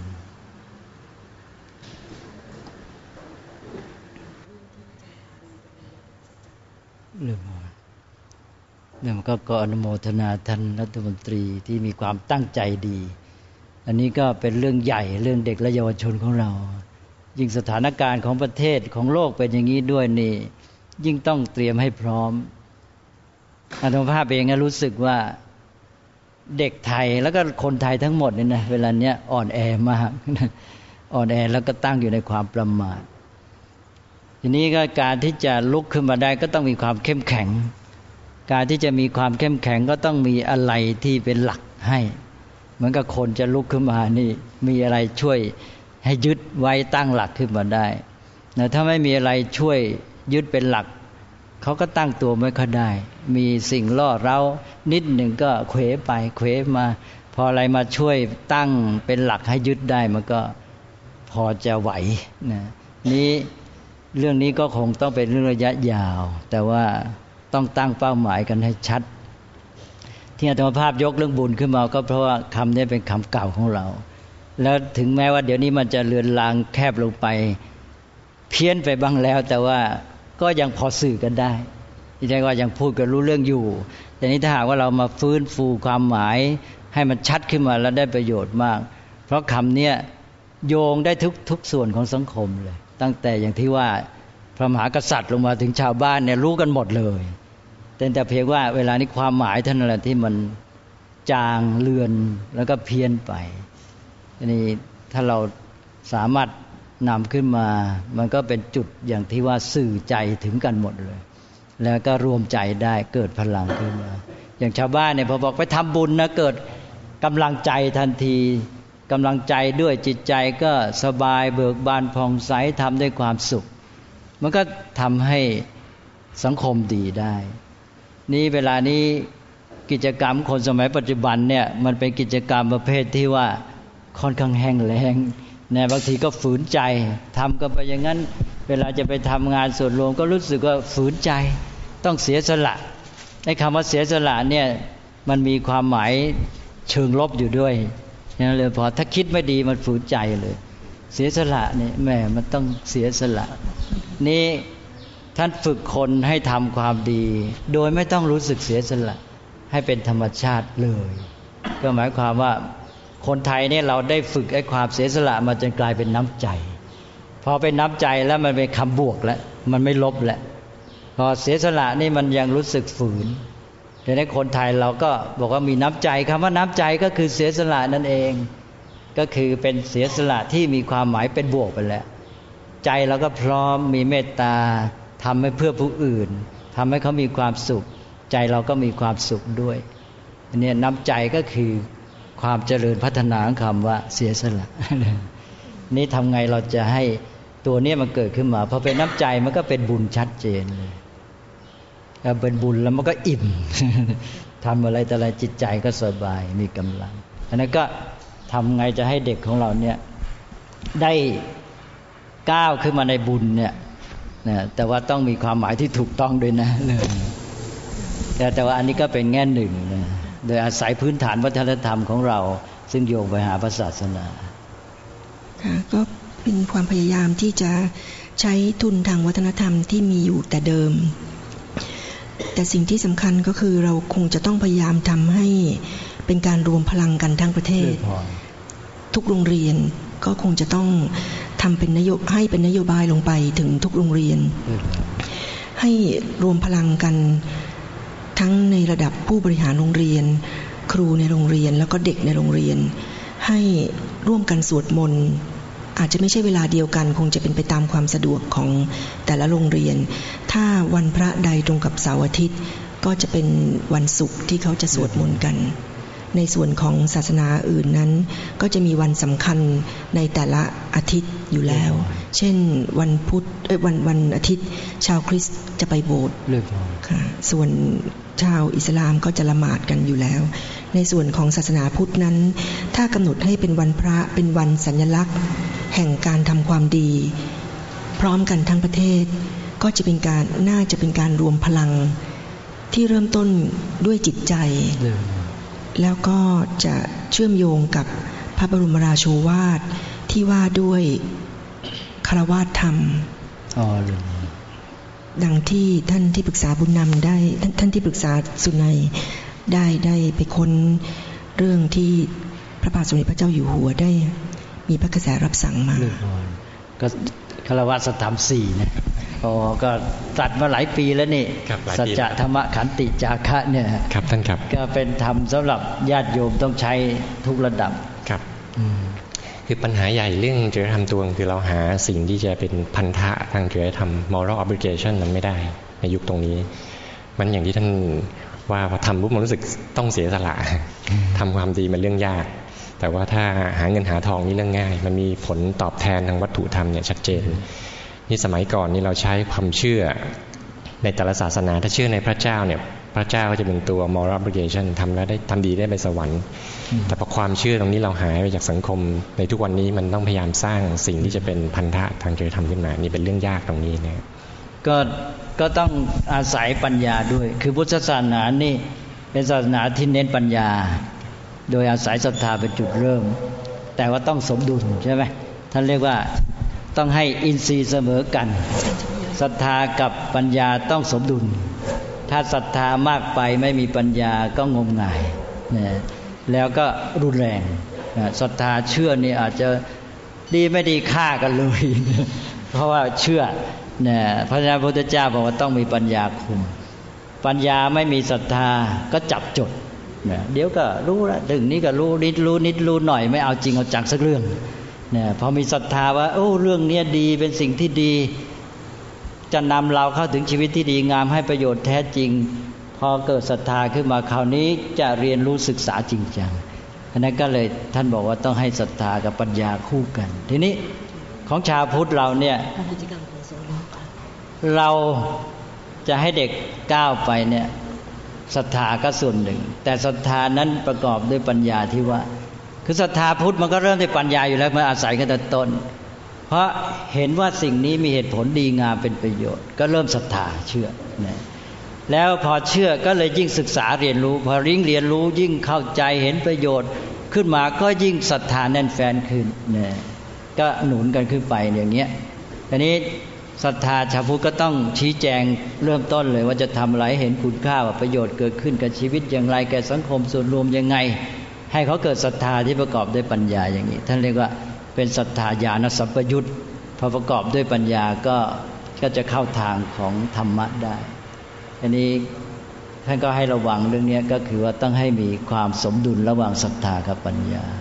เรื่องเนี่ยมันก็ขออนุโมทนาท่านรัฐมนตรีที่มีความตั้งใจดีอันนี้ก็เป็นเรื่องใหญ่เรื่องเด็กและเยาวชนของเรายิ่งสถานการณ์ของประเทศของโลกเป็นอย่างนี้ด้วยนี่ยิ่งต้องเตรียมให้พร้อมอาตมาภาพเองก็รู้สึกว่าเด็กไทยแล้วก็คนไทยทั้งหมดเนี่ยนะเวลาเนี้ยอ่อนแอมากอ่อนแอแล้วก็ตั้งอยู่ในความประมาททีนี้ก็การที่จะลุกขึ้นมาได้ก็ต้องมีความเข้มแข็งการที่จะมีความเข้มแข็งก็ต้องมีอะไรที่เป็นหลักให้เหมือนกับคนจะลุกขึ้นมานี่มีอะไรช่วยให้ยึดไว้ตั้งหลักขึ้นมาได้แต่ถ้าไม่มีอะไรช่วยยึดเป็นหลักเขาก็ตั้งตัวไม่ค่อยได้มีสิ่งล่อเร้านิดหนึ่งก็เขวไปเขวมาพออะไรมาช่วยตั้งเป็นหลักให้ยึดได้มันก็พอจะไหวนะนี้เรื่องนี้ก็คงต้องเป็นเรื่องระยะยาวแต่ว่าต้องตั้งเป้าหมายกันให้ชัดที่อาตมาภาพยกเรื่องบุญขึ้นมาก็เพราะว่าคำนี้เป็นคำเก่าของเราแล้วถึงแม้ว่าเดี๋ยวนี้มันจะเลือนลางแคบลงไปเพี้ยนไปบ้างแล้วแต่ว่าก็ยังพอสื่อกันได้ที่แท้ว่ายังพูดกันรู้เรื่องอยู่แต่นี้ถ้าหากว่าเรามาฟื้นฟูความหมายให้มันชัดขึ้นมาแล้วได้ประโยชน์มากเพราะคำนี้โยงได้ทุกทุกส่วนของสังคมเลยตั้งแต่อย่างที่ว่าพระมหากษัตริย์ลงมาถึงชาวบ้านเนี่ยรู้กันหมดเลยแต่แต่เพียงว่าเวลานี้ความหมายเท่านั้นแหละที่มันจางเลือนแล้วก็เพี้ยนไปทีนี้ถ้าเราสามารถนำขึ้นมามันก็เป็นจุดอย่างที่ว่าสื่อใจถึงกันหมดเลยแล้วก็รวมใจได้เกิดพลังขึ้นมาอย่างชาวบ้านเนี่ยพอบอกไปทำบุญนะเกิดกำลังใจทันทีกำลังใจด้วยจิตใจก็สบายเบิกบานผ่องใสทำด้วยความสุขมันก็ทำให้สังคมดีได้นี่เวลานี้กิจกรรมคนสมัยปัจจุบันเนี่ยมันเป็นกิจกรรมประเภทที่ว่าค่อนข้างแห้งแล้งเนี่ยบางทีก็ฝืนใจทำกันไปอย่างนั้นเวลาจะไปทำงานส่วนรวมก็รู้สึกว่าฝืนใจต้องเสียสละไอ้คำว่าเสียสละเนี่ยมันมีความหมายเชิงลบอยู่ด้วยนั่นเลยพอถ้าคิดไม่ดีมันฝืนใจเลยเสียสละนี่แหมมันต้องเสียสละนี่ท่านฝึกคนให้ทำความดีโดยไม่ต้องรู้สึกเสียสละให้เป็นธรรมชาติเลยก็หมายความว่าคนไทยเนี่ยเราได้ฝึกไอ้ความเสียสละมาจนกลายเป็นน้ำใจพอเป็นน้ำใจแล้วมันเป็นคำบวกแล้วมันไม่ลบแล้วพอเสียสละนี่มันยังรู้สึกฝืนแต่ในคนไทยเราก็บอกว่ามีน้ำใจคำว่าน้ำใจก็คือเสียสละนั่นเองก็ก็คือเป็นเสียสละที่มีความหมายเป็นบวกไปแล้วใจเราก็พร้อมมีเมตตาทำให้เพื่อผู้อื่นทำให้เขามีความสุขใจเราก็มีความสุขด้วยอันนี้น้ำใจก็คือความเจริญพัฒนาของคำว่าเสียสละ นี่ทำไงเราจะให้ตัวนี้มันเกิดขึ้นมาพอเป็นน้ำใจมันก็เป็นบุญชัดเจนเลยถ้าเป็นบุญแล้วมันก็อิ่ม ทำอะไรแต่อะไรจิตใจก็สบายมีกำลังอันนั้นก็ทำไงจะให้เด็กของเราเนี่ยได้ก้าวขึ้นมาในบุญเนี่ยนะแต่ว่าต้องมีความหมายที่ถูกต้องด้วยนะแต่แต่ว่าอันนี้ก็เป็นแง่หนึ่งนะโดยอาศัยพื้นฐานวัฒนธรรมของเราซึ่งโยงไปหาพระศาสนาค่ะก็เป็นความพยายามที่จะใช้ทุนทางวัฒนธรรมที่มีอยู่แต่เดิมแต่สิ่งที่สำคัญก็คือเราคงจะต้องพยายามทำให้เป็นการรวมพลังกันทั้งประเทศทุกโรงเรียนก็คงจะต้องทำเป็นนโยบายให้เป็นนโยบายลงไปถึงทุกโรงเรียนให้รวมพลังกันทั้งในระดับผู้บริหารโรงเรียนครูในโรงเรียนแล้วก็เด็กในโรงเรียนให้ร่วมกันสวดมนต์อาจจะไม่ใช่เวลาเดียวกันคงจะเป็นไปตามความสะดวกของแต่ละโรงเรียนถ้าวันพระใดตรงกับเสาร์อาทิตย์ก็จะเป็นวันศุกร์ที่เขาจะสวดมนต์กันในส่วนของศาสนาอื่นนั้นก็จะมีวันสำคัญในแต่ละอาทิตย์อยู่แล้วเช่นวันพุธเอ้ยวันวันอาทิตย์ชาวคริสต์จะไปโบสถ์ค่ะส่วนชาวอิสลามก็จะละหมาดกันอยู่แล้วในส่วนของศาสนาพุทธนั้นถ้ากำหนดให้เป็นวันพระเป็นวันสัญลักษณ์แห่งการทำความดีพร้อมกันทั้งประเทศก็จะเป็นการน่าจะเป็นการรวมพลังที่เริ่มต้นด้วยจิตใจแล้วก็จะเชื่อมโยงกับพระบรมราโชวาทที่ว่าด้วยคฤหัสถ์ธรรมดังที่ท่านที่ปรึกษาบุญนำได้ท่านที่ปรึกษาสุนัยได้ได้ไปค้นเรื่องที่พระบาทสมเด็จพระเจ้าอยู่หัวได้มีพระกระแสรับสั่งมาก็คฤหัสถ์ธรรมสี่นะอ๋อก็ตรัสมาหลายปีแล้วนี่สัจจะธรรมะขันติจาคะเนี่ยครับท่านครับก็เป็นธรรมสำหรับญาติโยมต้องใช้ทุกระดับครับคือปัญหาใหญ่เรื่องจริยธรรมตัวคือเราหาสิ่งที่จะเป็นพันธะทางจริยธรรม moral obligation นั้นไม่ได้ในยุคตรงนี้มันอย่างที่ท่านว่าพอทำปุ๊บมันรู้สึกต้องเสียสละทำความดีมันเรื่องยากแต่ว่าถ้าหาเงินหาทองนี่เรื่องง่ายมันมีผลตอบแทนทางวัตถุธรรมเนี่ยชัดเจนนี่สมัยก่อนนี่เราใช้ความเชื่อในแต่ละศาสนาถ้าเชื่อในพระเจ้าเนี่ยพระเจ้าก็จะเป็นตัว moral obligation ทำแล้วได้ทำดีได้ไปสวรรค์แต่พอความเชื่อตรงนี้เราหายไปจากสังคมในทุกวันนี้มันต้องพยายามสร้างสิ่งที่จะเป็นพันธะทางจริยธรรมขึ้นมานี่เป็นเรื่องยากตรงนี้นะก็ก็ต้องอาศัยปัญญาด้วยคือพุทธศาสนานี่เป็นศาสนาที่เน้นปัญญาโดยอาศัยศรัทธาเป็นจุดเริ่มแต่ว่าต้องสมดุลใช่ไหมท่านเรียกว่าต้องให้อินทรีย์เสมอกันศรัทธากับปัญญาต้องสมดุลถ้าศรัทธามากไปไม่มีปัญญาก็งมงายนะแล้วก็รุนแรงนะศรัทธาเชื่อนี่อาจจะดีไม่ดีฆ่ากันเลย เพราะว่าเชื่อนะพระพุทธเจ้าบอกว่าต้องมีปัญญาคุมปัญญาไม่มีศรัทธาก็จับจดนะเดี๋ยวก็รู้ละถึงนี้ก็รู้นิดรู้นิดรู้หน่อยไม่เอาจริงเอาจังสักเรื่องนะพอมีศรัทธาว่าโอ้เรื่องนี้ดีเป็นสิ่งที่ดีจะนำเราเข้าถึงชีวิตที่ดีงามให้ประโยชน์แท้จริงพอเกิดศรัทธาขึ้นมาคราวนี้จะเรียนรู้ศึกษาจริงจังอันนั้นก็เลยท่านบอกว่าต้องให้ศรัทธากับปัญญาคู่กันทีนี้ของชาวพุทธเราเนี่ยเราจะให้เด็กก้าวไปเนี่ยศรัทธาก็ส่วนหนึ่งแต่ศรัทธานั้นประกอบด้วยปัญญาที่ว่าคือศรัทธาพุทธมันก็เริ่มด้วยปัญญาอยู่แล้วมันอาศัยกันแต่ต้นเพราะเห็นว่าสิ่งนี้มีเหตุผลดีงามเป็นประโยชน์ก็เริ่มศรัทธาเชื่อนะแล้วพอเชื่อก็เลยยิ่งศึกษาเรียนรู้พอยิ่งเรียนรู้ยิ่งเข้าใจเห็นประโยชน์ขึ้นมาก็ยิ่งศรัทธาแน่นแฟ้นขึ้นนะก็หนุนกันขึ้นไปอย่างเงี้ยทีนี้ศรัทธาชาวพุทธก็ต้องชี้แจงเริ่มต้นเลยว่าจะทำอะไรเห็นคุณค่าว่าประโยชน์เกิดขึ้นกับชีวิตอย่างไรแก่สังคมส่วนรวมยังไงให้เขาเกิดศรัทธาที่ประกอบด้วยปัญญาอย่างนี้ท่านเรียกว่าเป็นศรัทธาญาณสัมปยุตพอประกอบด้วยปัญญาก็ก็จะเข้าทางของธรรมะได้อันนี้ท่านก็ให้ระวังเรื่องนี้ก็คือว่าต้องให้มีความสมดุลระหว่างศรัทธากับปัญญา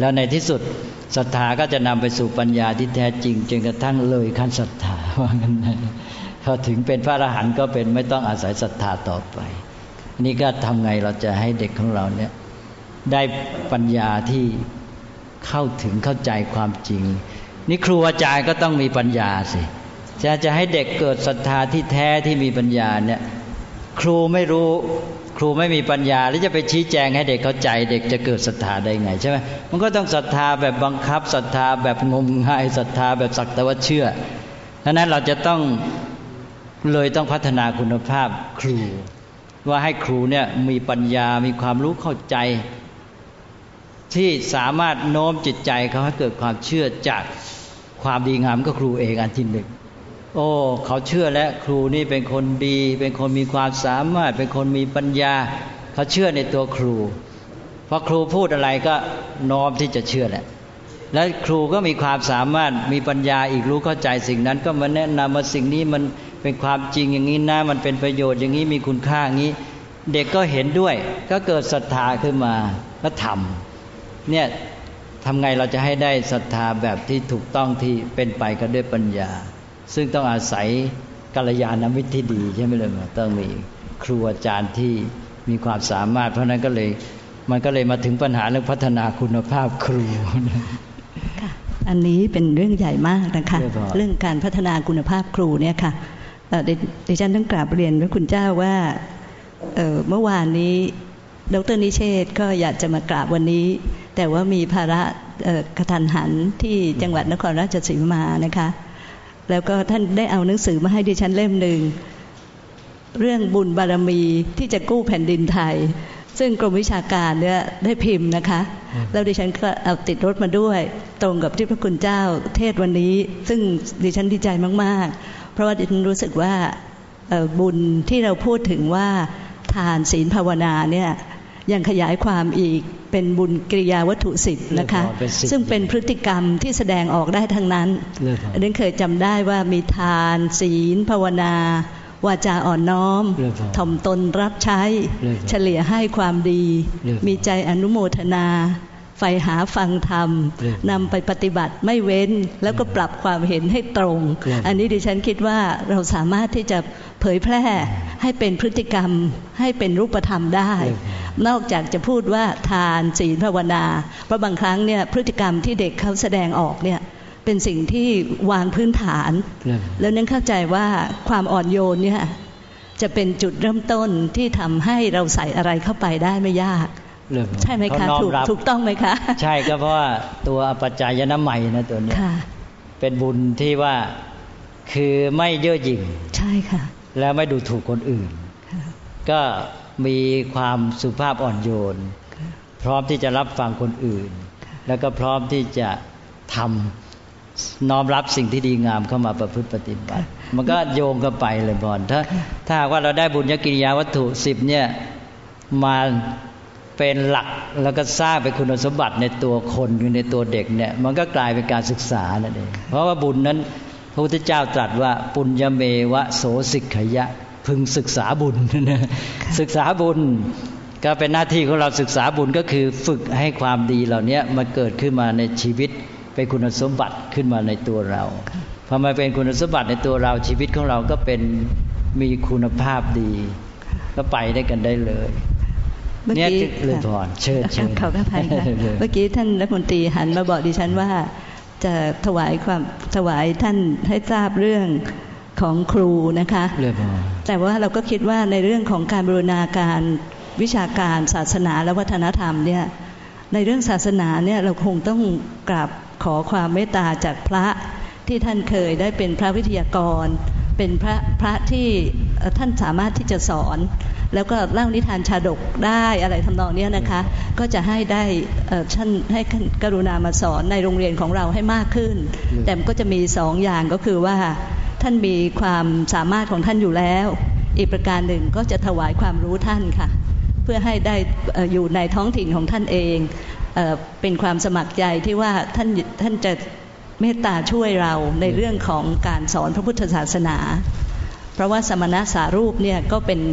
แล้วในที่สุดศรัทธาก็จะนำไปสู่ปัญญาที่แท้จริงจนกระทั่งเลยขั้นศรัทธาว่างั้นนะเขาถึงเป็นพระอรหันต์ก็เป็นไม่ต้องอาศัยศรัทธาต่อไปนี่ก็ทำไงเราจะให้เด็กของเราเนี่ยได้ปัญญาที่เข้าถึงเข้าใจความจริงนี่ครูอาจารย์ก็ต้องมีปัญญาสิจะจะให้เด็กเกิดศรัทธาที่แท้ที่มีปัญญาเนี่ยครูไม่รู้ครูไม่มีปัญญาแล้วจะไปชี้แจงให้เด็กเข้าใจเด็กจะเกิดศรัทธาได้ไงใช่ไหมมันก็ต้องศรัทธาแบบบังคับศรัทธาแบบงมงายศรัทธาแบบสักแต่ว่าเชื่อดังนั้นเราจะต้องเลยต้องพัฒนาคุณภาพครูว่าให้ครูเนี่ยมีปัญญามีความรู้เข้าใจที่สามารถโน้มจิตใจเขาให้เกิดความเชื่อจากความดีงามก็ครูเองอันที่หนึ่งโอ้เขาเชื่อแล้วครูนี่เป็นคนดีเป็นคนมีความสามารถเป็นคนมีปัญญาเขาเชื่อในตัวครูเพราะครูพูดอะไรก็น้อมที่จะเชื่อแหละและครูก็มีความสามารถมีปัญญาอีกรู้เข้าใจสิ่งนั้นก็มาแนะนำว่าสิ่งนี้มันเป็นความจริงอย่างนี้นะมันเป็นประโยชน์อย่างนี้มีคุณค่าอย่างนี้เด็กก็เห็นด้วยก็เกิดศรัทธาขึ้นมาก็ทำเนี่ยทำไงเราจะให้ได้ศรัทธาแบบที่ถูกต้องที่เป็นไปก็ด้วยปัญญาซึ่งต้องอาศัยกัลยาณมิตรที่ดีใช่ไหมเลยต้องมีครูอาจารย์ที่มีความสามารถเพราะนั้นก็เลยมันก็เลยมาถึงปัญหาเรื่องพัฒนาคุณภาพครูค่ะอันนี้เป็นเรื่องใหญ่มากนะคะเรื่องการพัฒนาคุณภาพครูเนี่ยค่ะดิฉันต้องกราบเรียนพระคุณเจ้าว่า เ, เมื่อวานนี้ดร.นิเชษก็อยากจะมากราบวันนี้แต่ว่ามีภาระกระทันหันที่จังหวัดนครราชสีมานะคะแล้วก็ท่านได้เอาหนังสือมาให้ดิฉันเล่มหนึ่งเรื่องบุญบารมีที่จะกู้แผ่นดินไทยซึ่งกรมวิชาการเนี่ยได้พิมพ์นะคะแล้วดิฉันก็เอาติดรถมาด้วยตรงกับที่พระคุณเจ้าเทศวันนี้ซึ่งดิฉันดีใจมากๆเพราะว่าดิฉันรู้สึกว่าบุญที่เราพูดถึงว่าทานศีลภาวนาเนี่ยยังขยายความอีกเป็นบุญกิริยาวัตถุสิบนะคะซึ่งเป็นพฤติกรรมที่แสดงออกได้ทั้งนั้นอันนี้เคยจำได้ว่ามีทานศีลภาวนาวาจาอ่อนน้อมถ่อมตนรับใช้เฉลี่ยให้ความดีมีใจอนุโมทนาใฝ่หาฟังธรรมนำไปปฏิบัติไม่เว้นแล้วก็ปรับความเห็นให้ตรงอันนี้ดิฉันคิดว่าเราสามารถที่จะเผยแพร่ให้เป็นพฤติกรรมให้เป็นรูปธรรมได้นอกจากจะพูดว่าทานศีลภาวนาเพราะบางครั้งเนี่ยพฤติกรรมที่เด็กเขาแสดงออกเนี่ยเป็นสิ่งที่วางพื้นฐานแล้วนั่นเข้าใจว่าความอ่อนโยนเนี่ยจะเป็นจุดเริ่มต้นที่ทำให้เราใส่อะไรเข้าไปได้ไม่ยากใช่ไหมคะถูกถูกต้องไหมคะใช่ก็เพราะว่าตัวอปัจจายนะใหม่นะตัวนี้เป็นบุญที่ว่าคือไม่เย่อหยิ่งใช่ค่ะแล้วไม่ดูถูกคนอื่นก็มีความสุภาพอ่อนโยนพร้อมที่จะรับฟังคนอื่นแล้วก็พร้อมที่จะทำน้อมรับสิ่งที่ดีงามเข้ามาประพฤติปฏิบัติมันก็โยงกันไปเลยบอลถ้าถ้าว่าเราได้บุญญกิริยาวัตถุสิบเนี่ยมาเป็นหลักแล้วก็สร้างเป็นคุณสมบัติในตัวคนในตัวเด็กเนี่ยมันก็กลายเป็นการศึกษานั่นเองเพราะว่าบุญนั้นพระพุทธเจ้าตรัสว่าปุญญเมวะโสสิกขยะพึงศึกษาบุญศึกษาบุญก็เป็นหน้าที่ของเราศึกษาบุญก็คือฝึกให้ความดีเหล่านี้มันเกิดขึ้นมาในชีวิตเป็นคุณสมบัติขึ้นมาในตัวเราพอมาเป็นคุณสมบัติในตัวเราชีวิตของเราก็เป็นมีคุณภาพดีก็ไปได้กันได้เลยเมื่อกี้เลยพรเชิญเชิญขอบพระทัยค่ะเมื่อกี้ท่านรัฐมนตรีหันมาบอกดิฉันว่าจะถวายความถวายท่านให้ทราบเรื่องของครูนะคะแต่ว่าเราก็คิดว่าในเรื่องของการบูรณาการวิชาการศาสนาและวัฒนธรรมเนี่ยในเรื่องศาสนาเนี่ยเราคงต้องกราบขอความเมตตาจากพระที่ท่านเคยได้เป็นพระวิทยากรเป็นพระพระที่ท่านสามารถที่จะสอนแล้วก็เล่านิทานชาดกได้อะไรทำนองนี้นะคะก็จะให้ได้ท่านให้กรุณามาสอนในโรงเรียนของเราให้มากขึ้นแต่ก็จะมีสองอย่างก็คือว่าท่านมีความสามารถของท่านอยู่แล้วอีกประการหนึ่งก็จะถวายความรู้ท่านค่ะเพื่อให้ได้อยู่ในท้องถิ่นของท่านเองเป็นความสมัครใจที่ว่าท่านท่านจะเมตตาช่วยเราในเรื่องของการสอนพระพุทธศาสนาเพราะว่าสมณสารูปเนี่ยก็เป็น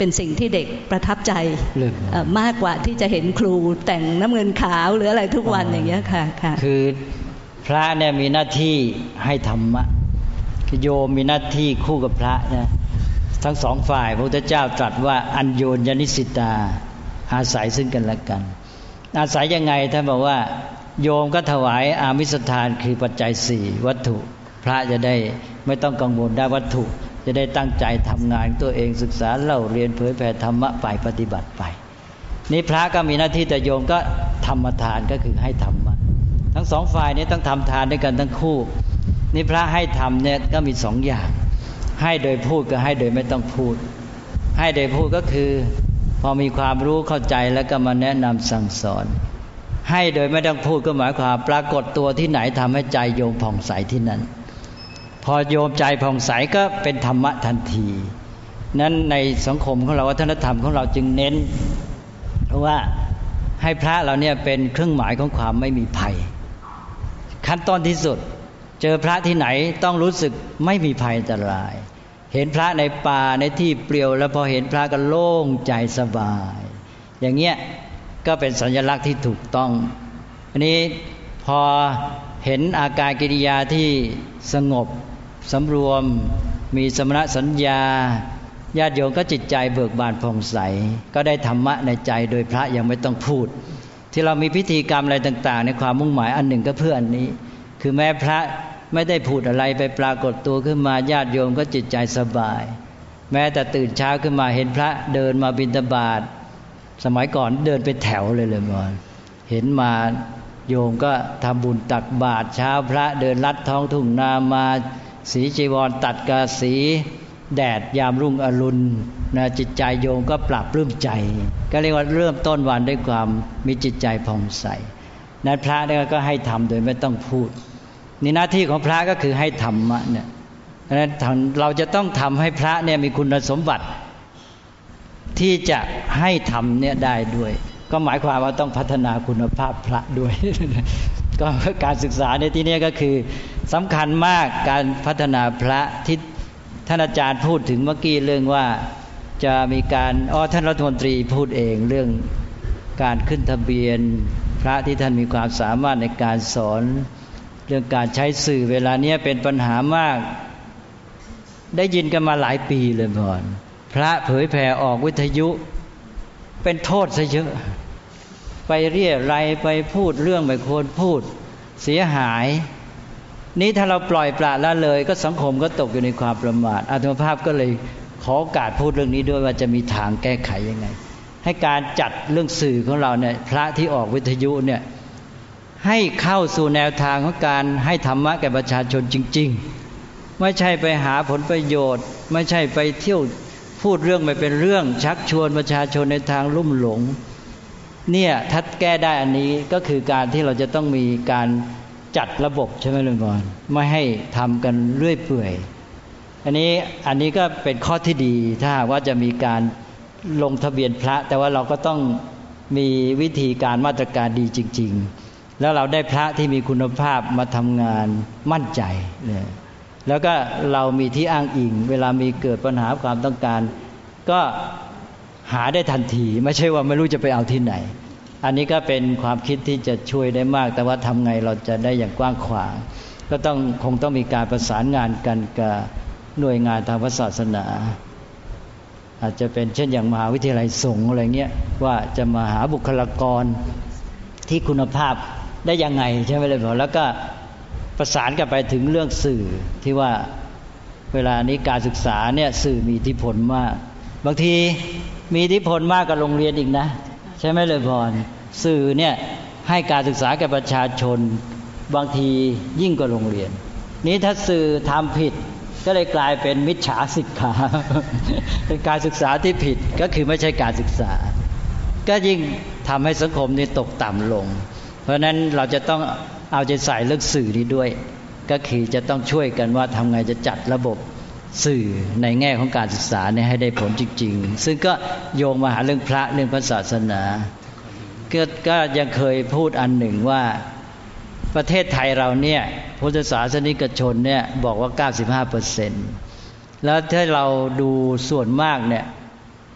เป็นสิ่งที่เด็กประทับใจมากกว่าที่จะเห็นครูแต่งน้ำเงินขาวหรืออะไรทุกวันอย่างเงี้ยค่ะค่ะคือพระเนี่ยมีหน้าที่ให้ธรรมะโยมมีหน้าที่คู่กับพระนะทั้งสองฝ่ายพระพุทธเจ้าตรัสว่าอัญโยญนิสิตาอาศัยซึ่งกันและกันอาศัยยังไงท่านบอกว่าโยมก็ถวายอามิสทานคือปัจจัยสี่วัตถุพระจะได้ไม่ต้องกังวลได้วัตถุจะได้ตั้งใจทำงานตัวเองศึกษาเล่าเรียนเผยแผ่ธรรมะไปปฏิบัติไปนี่พระก็มีหน้าที่แต่โยมก็ธรรมทานก็คือให้ธรรมะทั้งสองฝ่ายนี้ต้องทำทานด้วยกันทั้งคู่นี่พระให้ธรรมเนี่ยก็มีสองอย่างให้โดยพูดกับให้โดยไม่ต้องพูดให้โดยพูดก็คือพอมีความรู้เข้าใจแล้วก็มาแนะนำสั่งสอนให้โดยไม่ต้องพูดก็หมายความปรากฏตัวที่ไหนทำให้ใจโยมผ่องใสที่นั้นพอโยมใจผ่องใสก็เป็นธรรมะทันทีนั้นในสังคมของเราวัฒนธรรมของเราจึงเน้นเพราะว่าให้พระเราเนี่ยเป็นเครื่องหมายของความไม่มีภัยขั้นต้นที่สุดเจอพระที่ไหนต้องรู้สึกไม่มีภัยอันตรายเห็นพระในป่าในที่เปลี่ยวแล้วพอเห็นพระก็โล่งใจสบายอย่างเงี้ยก็เป็นสัญลักษณ์ที่ถูกต้องอันนี้พอเห็นอาการกิริยาที่สงบสำรวมมีสมณสัญญาญาติโยมก็จิตใจเบิกบานผ่องใสก็ได้ธรรมะในใจโดยพระยังไม่ต้องพูดที่เรามีพิธีกรรมอะไรต่างๆในความมุ่งหมายอันหนึ่งก็เพื่ออันนี้คือแม้พระไม่ได้พูดอะไรไปปรากฏตัวขึ้นมาญาติโยมก็จิตใจสบายแม้แต่ตื่นเช้าขึ้นมาเห็นพระเดินมาบิณฑบาตสมัยก่อนเดินเป็นแถวเลยเลยมอนเห็นมาโยมก็ทำบุญตักบาตรเช้าพระเดินลัดท้องทุ่งนามาสีจีวรตัดกาสีแดดยามรุ่งอรุณนะจิตใจโยมก็ปรับปลื้มใจก็เรียกว่าเริ่มต้นวันด้วยความมีจิตใจผ่องใสนั้นพระเนี่ยก็ให้ทำโดยไม่ต้องพูดนี่หน้าที่ของพระก็คือให้ธรรมะเนี่ยเพราะฉะนั้นเราจะต้องทำให้พระเนี่ยมีคุณสมบัติที่จะให้ธรรมเนี่ยได้ด้วยก็หมายความว่าต้องพัฒนาคุณภาพพระด้วยก็การศึกษาในที่นี้ก็คือสำคัญมากการพัฒนาพระที่ท่านอาจารย์พูดถึงเมื่อกี้เรื่องว่าจะมีการอ๋อท่านรัฐมนตรีพูดเองเรื่องการขึ้นทะเบียนพระที่ท่านมีความสามารถในการสอนเรื่องการใช้สื่อเวลานี้เป็นปัญหามากได้ยินกันมาหลายปีเลยก่อนพระเผยแผ่ออกวิทยุเป็นโทษซะเยอะไปเรียอะไรยไปพูดเรื่องไม่ควรพูดเสียหายนี้ถ้าเราปล่อยปละละเลยก็สังคมก็ตกอยู่ในความประมาทอาตมาภาพก็เลยขอโอกาสพูดเรื่องนี้ด้วยว่าจะมีทางแก้ไขยังไงให้การจัดเรื่องสื่อของเราเนี่ยพระที่ออกวิทยุเนี่ยให้เข้าสู่แนวทางของการให้ธรรมะแก่ประชาชนจริงๆไม่ใช่ไปหาผลประโยชน์ไม่ใช่ไปเที่ยวพูดเรื่องไม่เป็นเรื่องชักชวนประชาชนในทางลุ่มหลงเนี่ยถ้าแก้ได้อันนี้ก็คือการที่เราจะต้องมีการจัดระบบใช่ไหมลุงบอลไม่ให้ทำกันเรื่อยเปื่อยอันนี้อันนี้ก็เป็นข้อที่ดีถ้าหากว่าจะมีการลงทะเบียนพระแต่ว่าเราก็ต้องมีวิธีการมาตรการดีจริงๆแล้วเราได้พระที่มีคุณภาพมาทำงานมั่นใจเนี่ยแล้วก็เรามีที่อ้างอิงเวลามีเกิดปัญหาความต้องการก็หาได้ทันทีไม่ใช่ว่าไม่รู้จะไปเอาที่ไหนอันนี้ก็เป็นความคิดที่จะช่วยได้มากแต่ว่าทำไงเราจะได้อย่างกว้างขวางก็ต้องคงต้องมีการประสานงานกันกับหน่วยงานทางศาสนาอาจจะเป็นเช่นอย่างมหาวิทยาลัยสงฆ์อะไรเงี้ยว่าจะมาหาบุคลากรที่คุณภาพได้ยังไงใช่ไหมเลยบอกแล้วก็ประสานกันไปถึงเรื่องสื่อที่ว่าเวลานี้การศึกษาเนี่ยสื่อมีอิทธิพลมากบางทีมีอิทธิพลมากกว่าโรงเรียนอีกนะใช่ไหมเลยพรสื่อเนี่ยให้การศึกษาแก่ประชาชนบางทียิ่งกว่าโรงเรียนนี้ถ้าสื่อทำผิดก็เลยกลายเป็นมิจฉาศิกขาเป็นการศึกษาที่ผิดก็คือไม่ใช่การศึกษาก็ยิ่งทำให้สังคมนี้ตกต่ำลงเพราะฉะนั้นเราจะต้องเอาใจใส่เรื่องสื่อนี้ด้วยก็คือจะต้องช่วยกันว่าทำไงจะจัดระบบสื่อในแง่ของการศึกษาเนี่ยให้ได้ผลจริงๆซึ่งก็โยงมาหาเรื่องพระเรื่องพระศาสนาก็ก็ยังเคยพูดอันหนึ่งว่าประเทศไทยเราเนี่ยพุทธศาสนิกชนเนี่ยบอกว่า เก้าสิบห้าเปอร์เซ็นต์ แล้วถ้าเราดูส่วนมากเนี่ย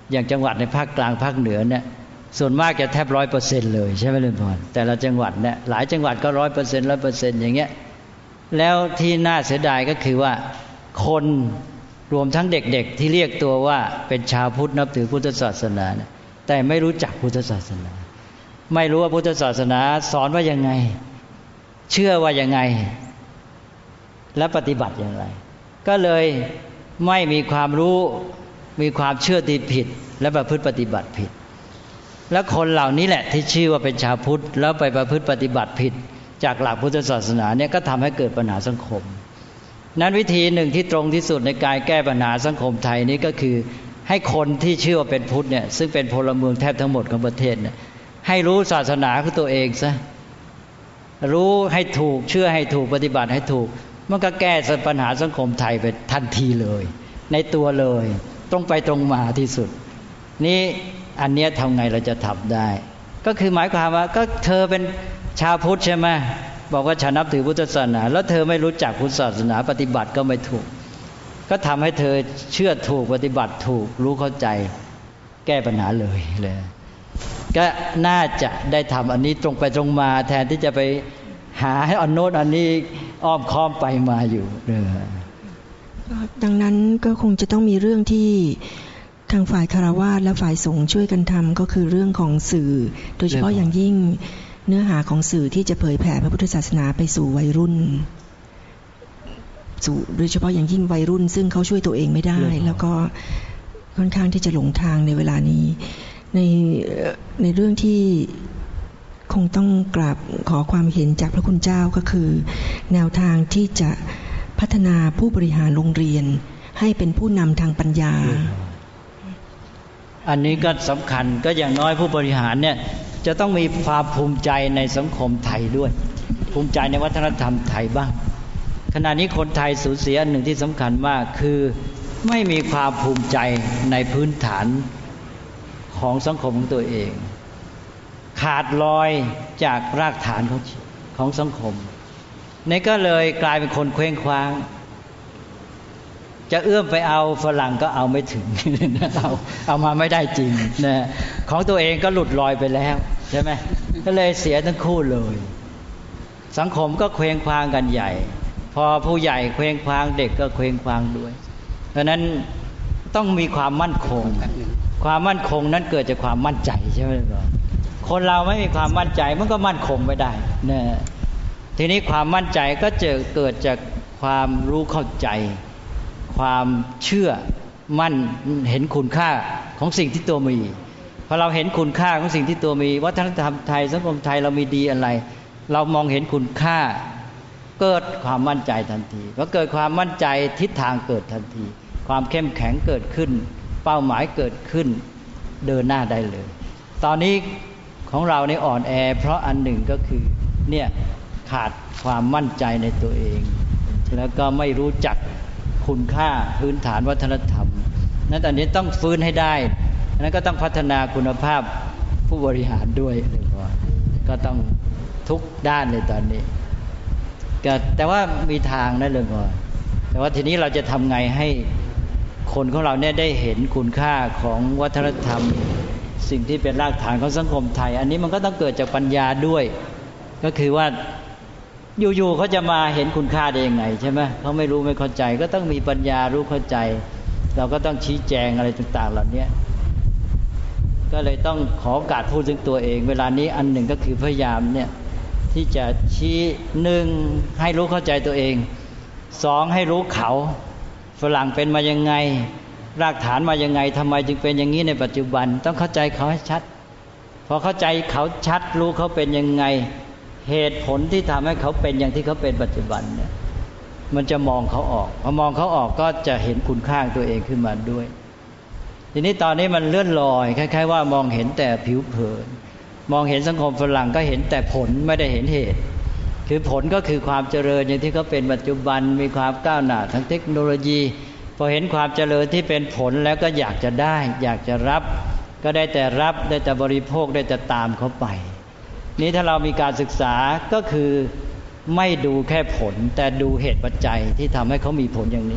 อย่างจังหวัดในภาคกลางภาคเหนือเนี่ยส่วนมากจะแทบร้อยเปอร์เซ็นต์เลยใช่ไหมลุงพรแต่ละจังหวัดเนี่ยหลายจังหวัดก็ร้อยเปอร์เซ็นต์ร้อยเปอร์เซ็นต์อย่างเงี้ยแล้วที่น่าเสียดายก็คือว่าคนรวมทั้งเด็กๆที่เรียกตัวว่าเป็นชาวพุทธนับถือพุทธศาสนาเนี่ยแต่ไม่รู้จักพุทธศาสนาไม่รู้ว่าพุทธศาสนาสอนว่ายังไงเชื่อว่ายังไงและปฏิบัติอย่างไรก็เลยไม่มีความรู้มีความเชื่อที่ผิดและประพฤติปฏิบัติผิดและคนเหล่านี้แหละที่ชื่อว่าเป็นชาวพุทธแล้วไปประพฤติปฏิบัติผิดจากหลักพุทธศาสนาเนี่ยก็ทำให้เกิดปัญหาสังคมนั้นวิธีหนึ่งที่ตรงที่สุดในการแก้ปัญหาสังคมไทยนี้ก็คือให้คนที่เชื่อว่าเป็นพุทธเนี่ยซึ่งเป็นพลเมืองแทบทั้งหมดของประเทศเนี่ยให้รู้ศาสนาของตัวเองซะรู้ให้ถูกเชื่อให้ถูกปฏิบัติให้ถูกมันก็แก้ปัญหาสังคมไทยไปทันทีเลยในตัวเลยตรงไปตรงมาที่สุดนี่อันเนี้ยทำไงเราจะทำได้ก็คือหมายความว่าก็เธอเป็นชาวพุทธใช่ไหมบอกว่าฉันนับถือพุทธศาสนาแล้วเธอไม่รู้จักพุทธศาสนาปฏิบัติก็ไม่ถูกก็ทำให้เธอเชื่อถูกปฏิบัติถูกรู้เข้าใจแก้ปัญหาเลยเลยก็น่าจะได้ทำอันนี้ตรงไปตรงมาแทนที่จะไปหาให้อันโน้นอันนี้อ้อมค้อมไปมาอยู่ดังนั้นก็คงจะต้องมีเรื่องที่ทางฝ่ายคฤหัสถ์และฝ่ายสงฆ์ช่วยกันทำก็คือเรื่องของสื่อโดยเฉพาะอย่างยิ่งเนื้อหาของสื่อที่จะเผยแผ่พระพุทธศาสนาไปสู่วัยรุ่นสู่โดยเฉพาะอย่างยิ่งวัยรุ่นซึ่งเขาช่วยตัวเองไม่ได้แล้วก็ค่อนข้างที่จะหลงทางในเวลานี้ในในเรื่องที่คงต้องกราบขอความเห็นจากพระคุณเจ้าก็คือแนวทางที่จะพัฒนาผู้บริหารโรงเรียนให้เป็นผู้นำทางปัญญาอันนี้ก็สำคัญก็อย่างน้อยผู้บริหารเนี่ยจะต้องมีความภูมิใจในสังคมไทยด้วยภูมิใจในวัฒนธรรมไทยบ้างขณะนี้คนไทยสูญเสียอันหนึ่งที่สำคัญมากคือไม่มีความภูมิใจในพื้นฐานของสังคมของตัวเองขาดลอยจากรากฐานของของสังคมนี่ก็เลยกลายเป็นคนเคว้งคว้างจะเอื้อมไปเอาฝรั่งก็เอาไม่ถึงเอาเอามาไม่ได้จริงนะของตัวเองก็หลุดลอยไปแล้วใช่ไหมก็เลยเสียทั้งคู่เลยสังคมก็เคว้งคว้างกันใหญ่พอผู้ใหญ่เคว้งคว้างเด็กก็เคว้งคว้างด้วยเพราะนั้นต้องมีความมั่นคงความมั่นคงนั้นเกิดจากความมั่นใจใช่ไหมครับคนเราไม่มีความมั่นใจมันก็มั่นคงไม่ได้นะทีนี้ความมั่นใจก็จะเกิดจากความรู้เข้าใจความเชื่อมั่นเห็นคุณค่าของสิ่งที่ตัวมีพอเราเห็นคุณค่าของสิ่งที่ตัวมีวัฒนธรรมไทยสังคมไทยเรามีดีอะไรเรามองเห็นคุณค่าเกิดความมั่นใจทันทีพอเกิดความมั่นใจทิศทางเกิดทันทีความเข้มแข็งเกิดขึ้นเป้าหมายเกิดขึ้นเดินหน้าได้เลยตอนนี้ของเราในอ่อนแอเพราะอันหนึ่งก็คือเนี่ยขาดความมั่นใจในตัวเองแล้วก็ไม่รู้จักคุณค่าพื้นฐานวัฒนธรรมนั้นตอนนี้ต้องฟื้นให้ได้นั้นก็ต้องพัฒนาคุณภาพผู้บริหารด้วยก็ต้องทุกด้านเลยตอนนี้แต่ว่ามีทางนั่นเลยก่อนแต่ว่าทีนี้เราจะทำไงให้คนของเราเนี่ยได้เห็นคุณค่าของวัฒนธรรมสิ่งที่เป็นรากฐานของสังคมไทยอันนี้มันก็ต้องเกิดจากปัญญาด้วยก็คือว่าอยู่ๆเขาจะมาเห็นคุณค่าได้ยังไงใช่ไหมเขาไม่รู้ไม่เข้าใจก็ต้องมีปัญญารู้เข้าใจเราก็ต้องชี้แจงอะไรต่างๆเหล่านี้ก็เลยต้องขอโอกาสพูดถึงตัวเองเวลานี้อันหนึ่งก็คือพยายามเนี่ยที่จะชี้หนึ่งให้รู้เข้าใจตัวเองสองให้รู้เขาฝรั่งเป็นมายังไงรากฐานมายังไงทำไมจึงเป็นอย่างนี้ในปัจจุบันต้องเข้าใจเขาให้ชัดพอเข้าใจเขาชัดรู้เขาเป็นยังไงเหตุผลที่ทำให้เขาเป็นอย่างที่เขาเป็นปัจจุบันเนี่ยมันจะมองเขาออกพอมองเขาออกก็จะเห็นคุณค่าตัวเองขึ้นมาด้วยทีนี้ตอนนี้มันเลื่อนลอยคล้ายๆว่ามองเห็นแต่ผิวเผินมองเห็นสังคมฝรั่งก็เห็นแต่ผลไม่ได้เห็นเหตุคือผลก็คือความเจริญอย่างที่เขาเป็นปัจจุบันมีความก้าวหน้าทางเทคโนโลยีพอเห็นความเจริญที่เป็นผลแล้วก็อยากจะได้อยากจะรับก็ได้แต่รับได้แต่บริโภคได้แต่ตามเขาไปนี้ถ้าเรามีการศึกษาก็คือไม่ดูแค่ผลแต่ดูเหตุปัจจัยที่ทำให้เขามีผลอย่างนี้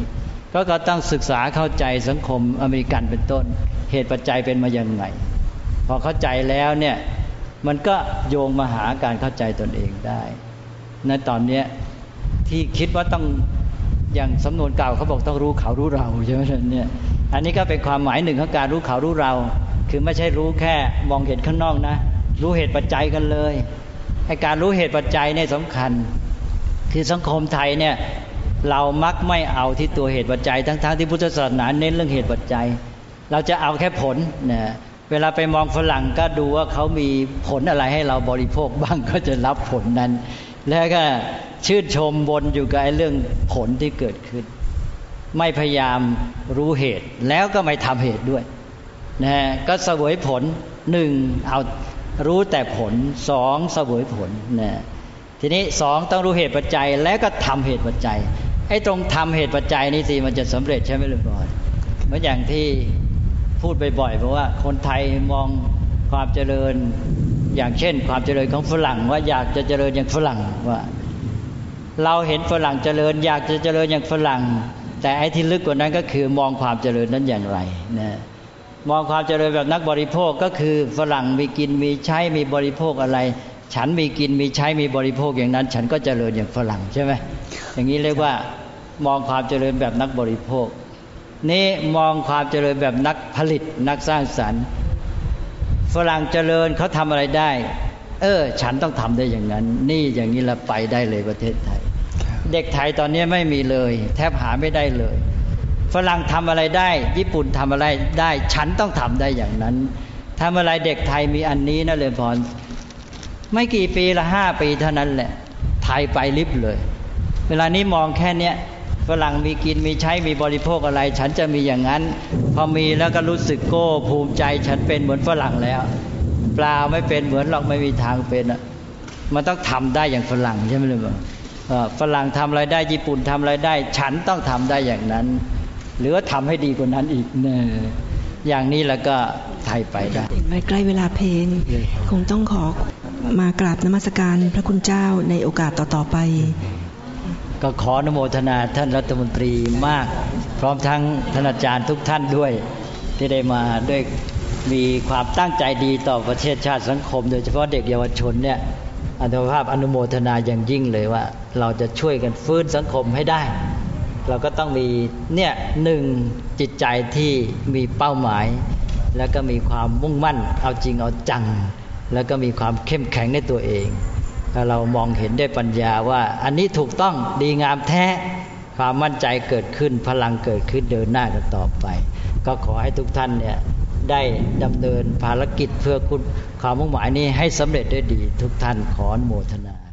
ก็ก็ต้องศึกษาเข้าใจสังคมอเมริกันเป็นต้นเหตุปัจจัยเป็นมาอย่างไงพอเข้าใจแล้วเนี่ยมันก็โยงมาหาการเข้าใจตนเองได้ในตอนนี้ที่คิดว่าต้องอย่างสำนวนเก่าเขาบอกต้องรู้เขารู้เราใช่ไหมเนี่ยอันนี้ก็เป็นความหมายหนึ่งของการรู้เขารู้เราคือไม่ใช่รู้แค่มองเห็นข้างนอกนะรู้เหตุปัจจัยกันเลยให้การรู้เหตุปัจจัยเนี่ยสำคัญคือสังคมไทยเนี่ยเรามักไม่เอาที่ตัวเหตุปัจจัยทั้งๆที่พุทธศาสนาเน้นเรื่องเหตุปัจจัยเราจะเอาแค่ผลนะเวลาไปมองฝรั่งก็ดูว่าเขามีผลอะไรให้เราบริโภคบ้างก็จะรับผลนั้นแล้วก็ชื่นชมบนอยู่กับไอ้เรื่องผลที่เกิดขึ้นไม่พยายามรู้เหตุแล้วก็ไม่ทำเหตุด้วยนะก็เสวยผลหนึ่งเอารู้แต่ผลสองเสวยผลนะทีนี้สองต้องรู้เหตุปัจจัยแล้วก็ทำเหตุปัจจัยไอ้ตรงทำเหตุปัจจัยนี่สิมันจะสำเร็จใช่ไหมล่ะบอยเหมือนอย่างที่พูดบ่อยๆเพราะว่าคนไทยมองความเจริญอย่างเช่นความเจริญของฝรั่งว่าอยากจะเจริญอย่างฝรั่งว่าเราเห็นฝรั่งเจริญอยากจะเจริญอย่างฝรั่งแต่ไอ้ที่ลึกกว่านั้นก็คือมองความเจริญนั้นอย่างไรนะมองความเจริญแบบนักบริโภคก็คือฝรั่งมีกินมีใช้มีบริโภคอะไรฉันมีกินมีใช้มีบริโภคอย่างนั้นฉันก็เจริญอย่างฝรั่งใช่ไหมอย่างนี้เรียกว่ามองความเจริญแบบนักบริโภคนี่มองความเจริญแบบนักผลิตนักสร้างสรรค์ฝรั่งเจริญเขาทำอะไรได้เออฉันต้องทำได้อย่างนั้นนี่อย่างนี้ละไปได้เลยประเทศไทยเด็กไทยตอนนี้ไม่มีเลยแทบหาไม่ได้เลยฝรั่งทำอะไรได้ญี่ปุ่นทำอะไรได้ฉันต้องทำได้อย่างนั้นทำอะไรเด็กไทยมีอันนี้นะเลยพรไม่กี่ปีละห้าปีเท่านั้นแหละไทยไปลิบเลยเวลานี้มองแค่เนี้ยฝรั่งมีกินมีใช้มีบริโภคอะไรฉันจะมีอย่างนั้นพอมีแล้วก็รู้สึกโก้ภูมิใจฉันเป็นเหมือนฝรั่งแล้วเปล่าไม่เป็นเหมือนหรอกไม่มีทางเป็นอ่ะมันต้องทำได้อย่างฝรั่งใช่ไหมล่ะฝรั่งทำอะไรได้ญี่ปุ่นทำอะไรได้ฉันต้องทำได้อย่างนั้นหรือว่าทำให้ดีกว่านั้นอีกเนี่ยอย่างนี้แล้วก็ไทยไปได้ใกล้เวลาเพลงคงต้องขอมากราบนมัสการพระคุณเจ้าในโอกาสต่อๆไปก็ขออนุโมทนาท่านรัฐมนตรีมากพร้อมทั้งท่านอาจารย์ทุกท่านด้วยที่ได้มาด้วยมีความตั้งใจดีต่อประเทศชาติสังคมโดยเฉพาะเด็กเยาวชนเนี่ยอัตภาพอนุโมทนาอย่างยิ่งเลยว่าเราจะช่วยกันฟื้นสังคมให้ได้เราก็ต้องมีเนี่ยหนึ่งจิตใจที่มีเป้าหมายแล้วก็มีความมุ่งมั่นเอาจริงเอาจังแล้วก็มีความเข้มแข็งในตัวเองถ้าเรามองเห็นด้วยปัญญาว่าอันนี้ถูกต้องดีงามแท้ความมั่นใจเกิดขึ้นพลังเกิดขึ้นเดินหน้ากันต่อไปก็ขอให้ทุกท่านเนี่ยได้ดำเนินภารกิจเพื่อคุณความมุ่งหมายนี้ให้สำเร็จได้ดีทุกท่านขออนุโมทนา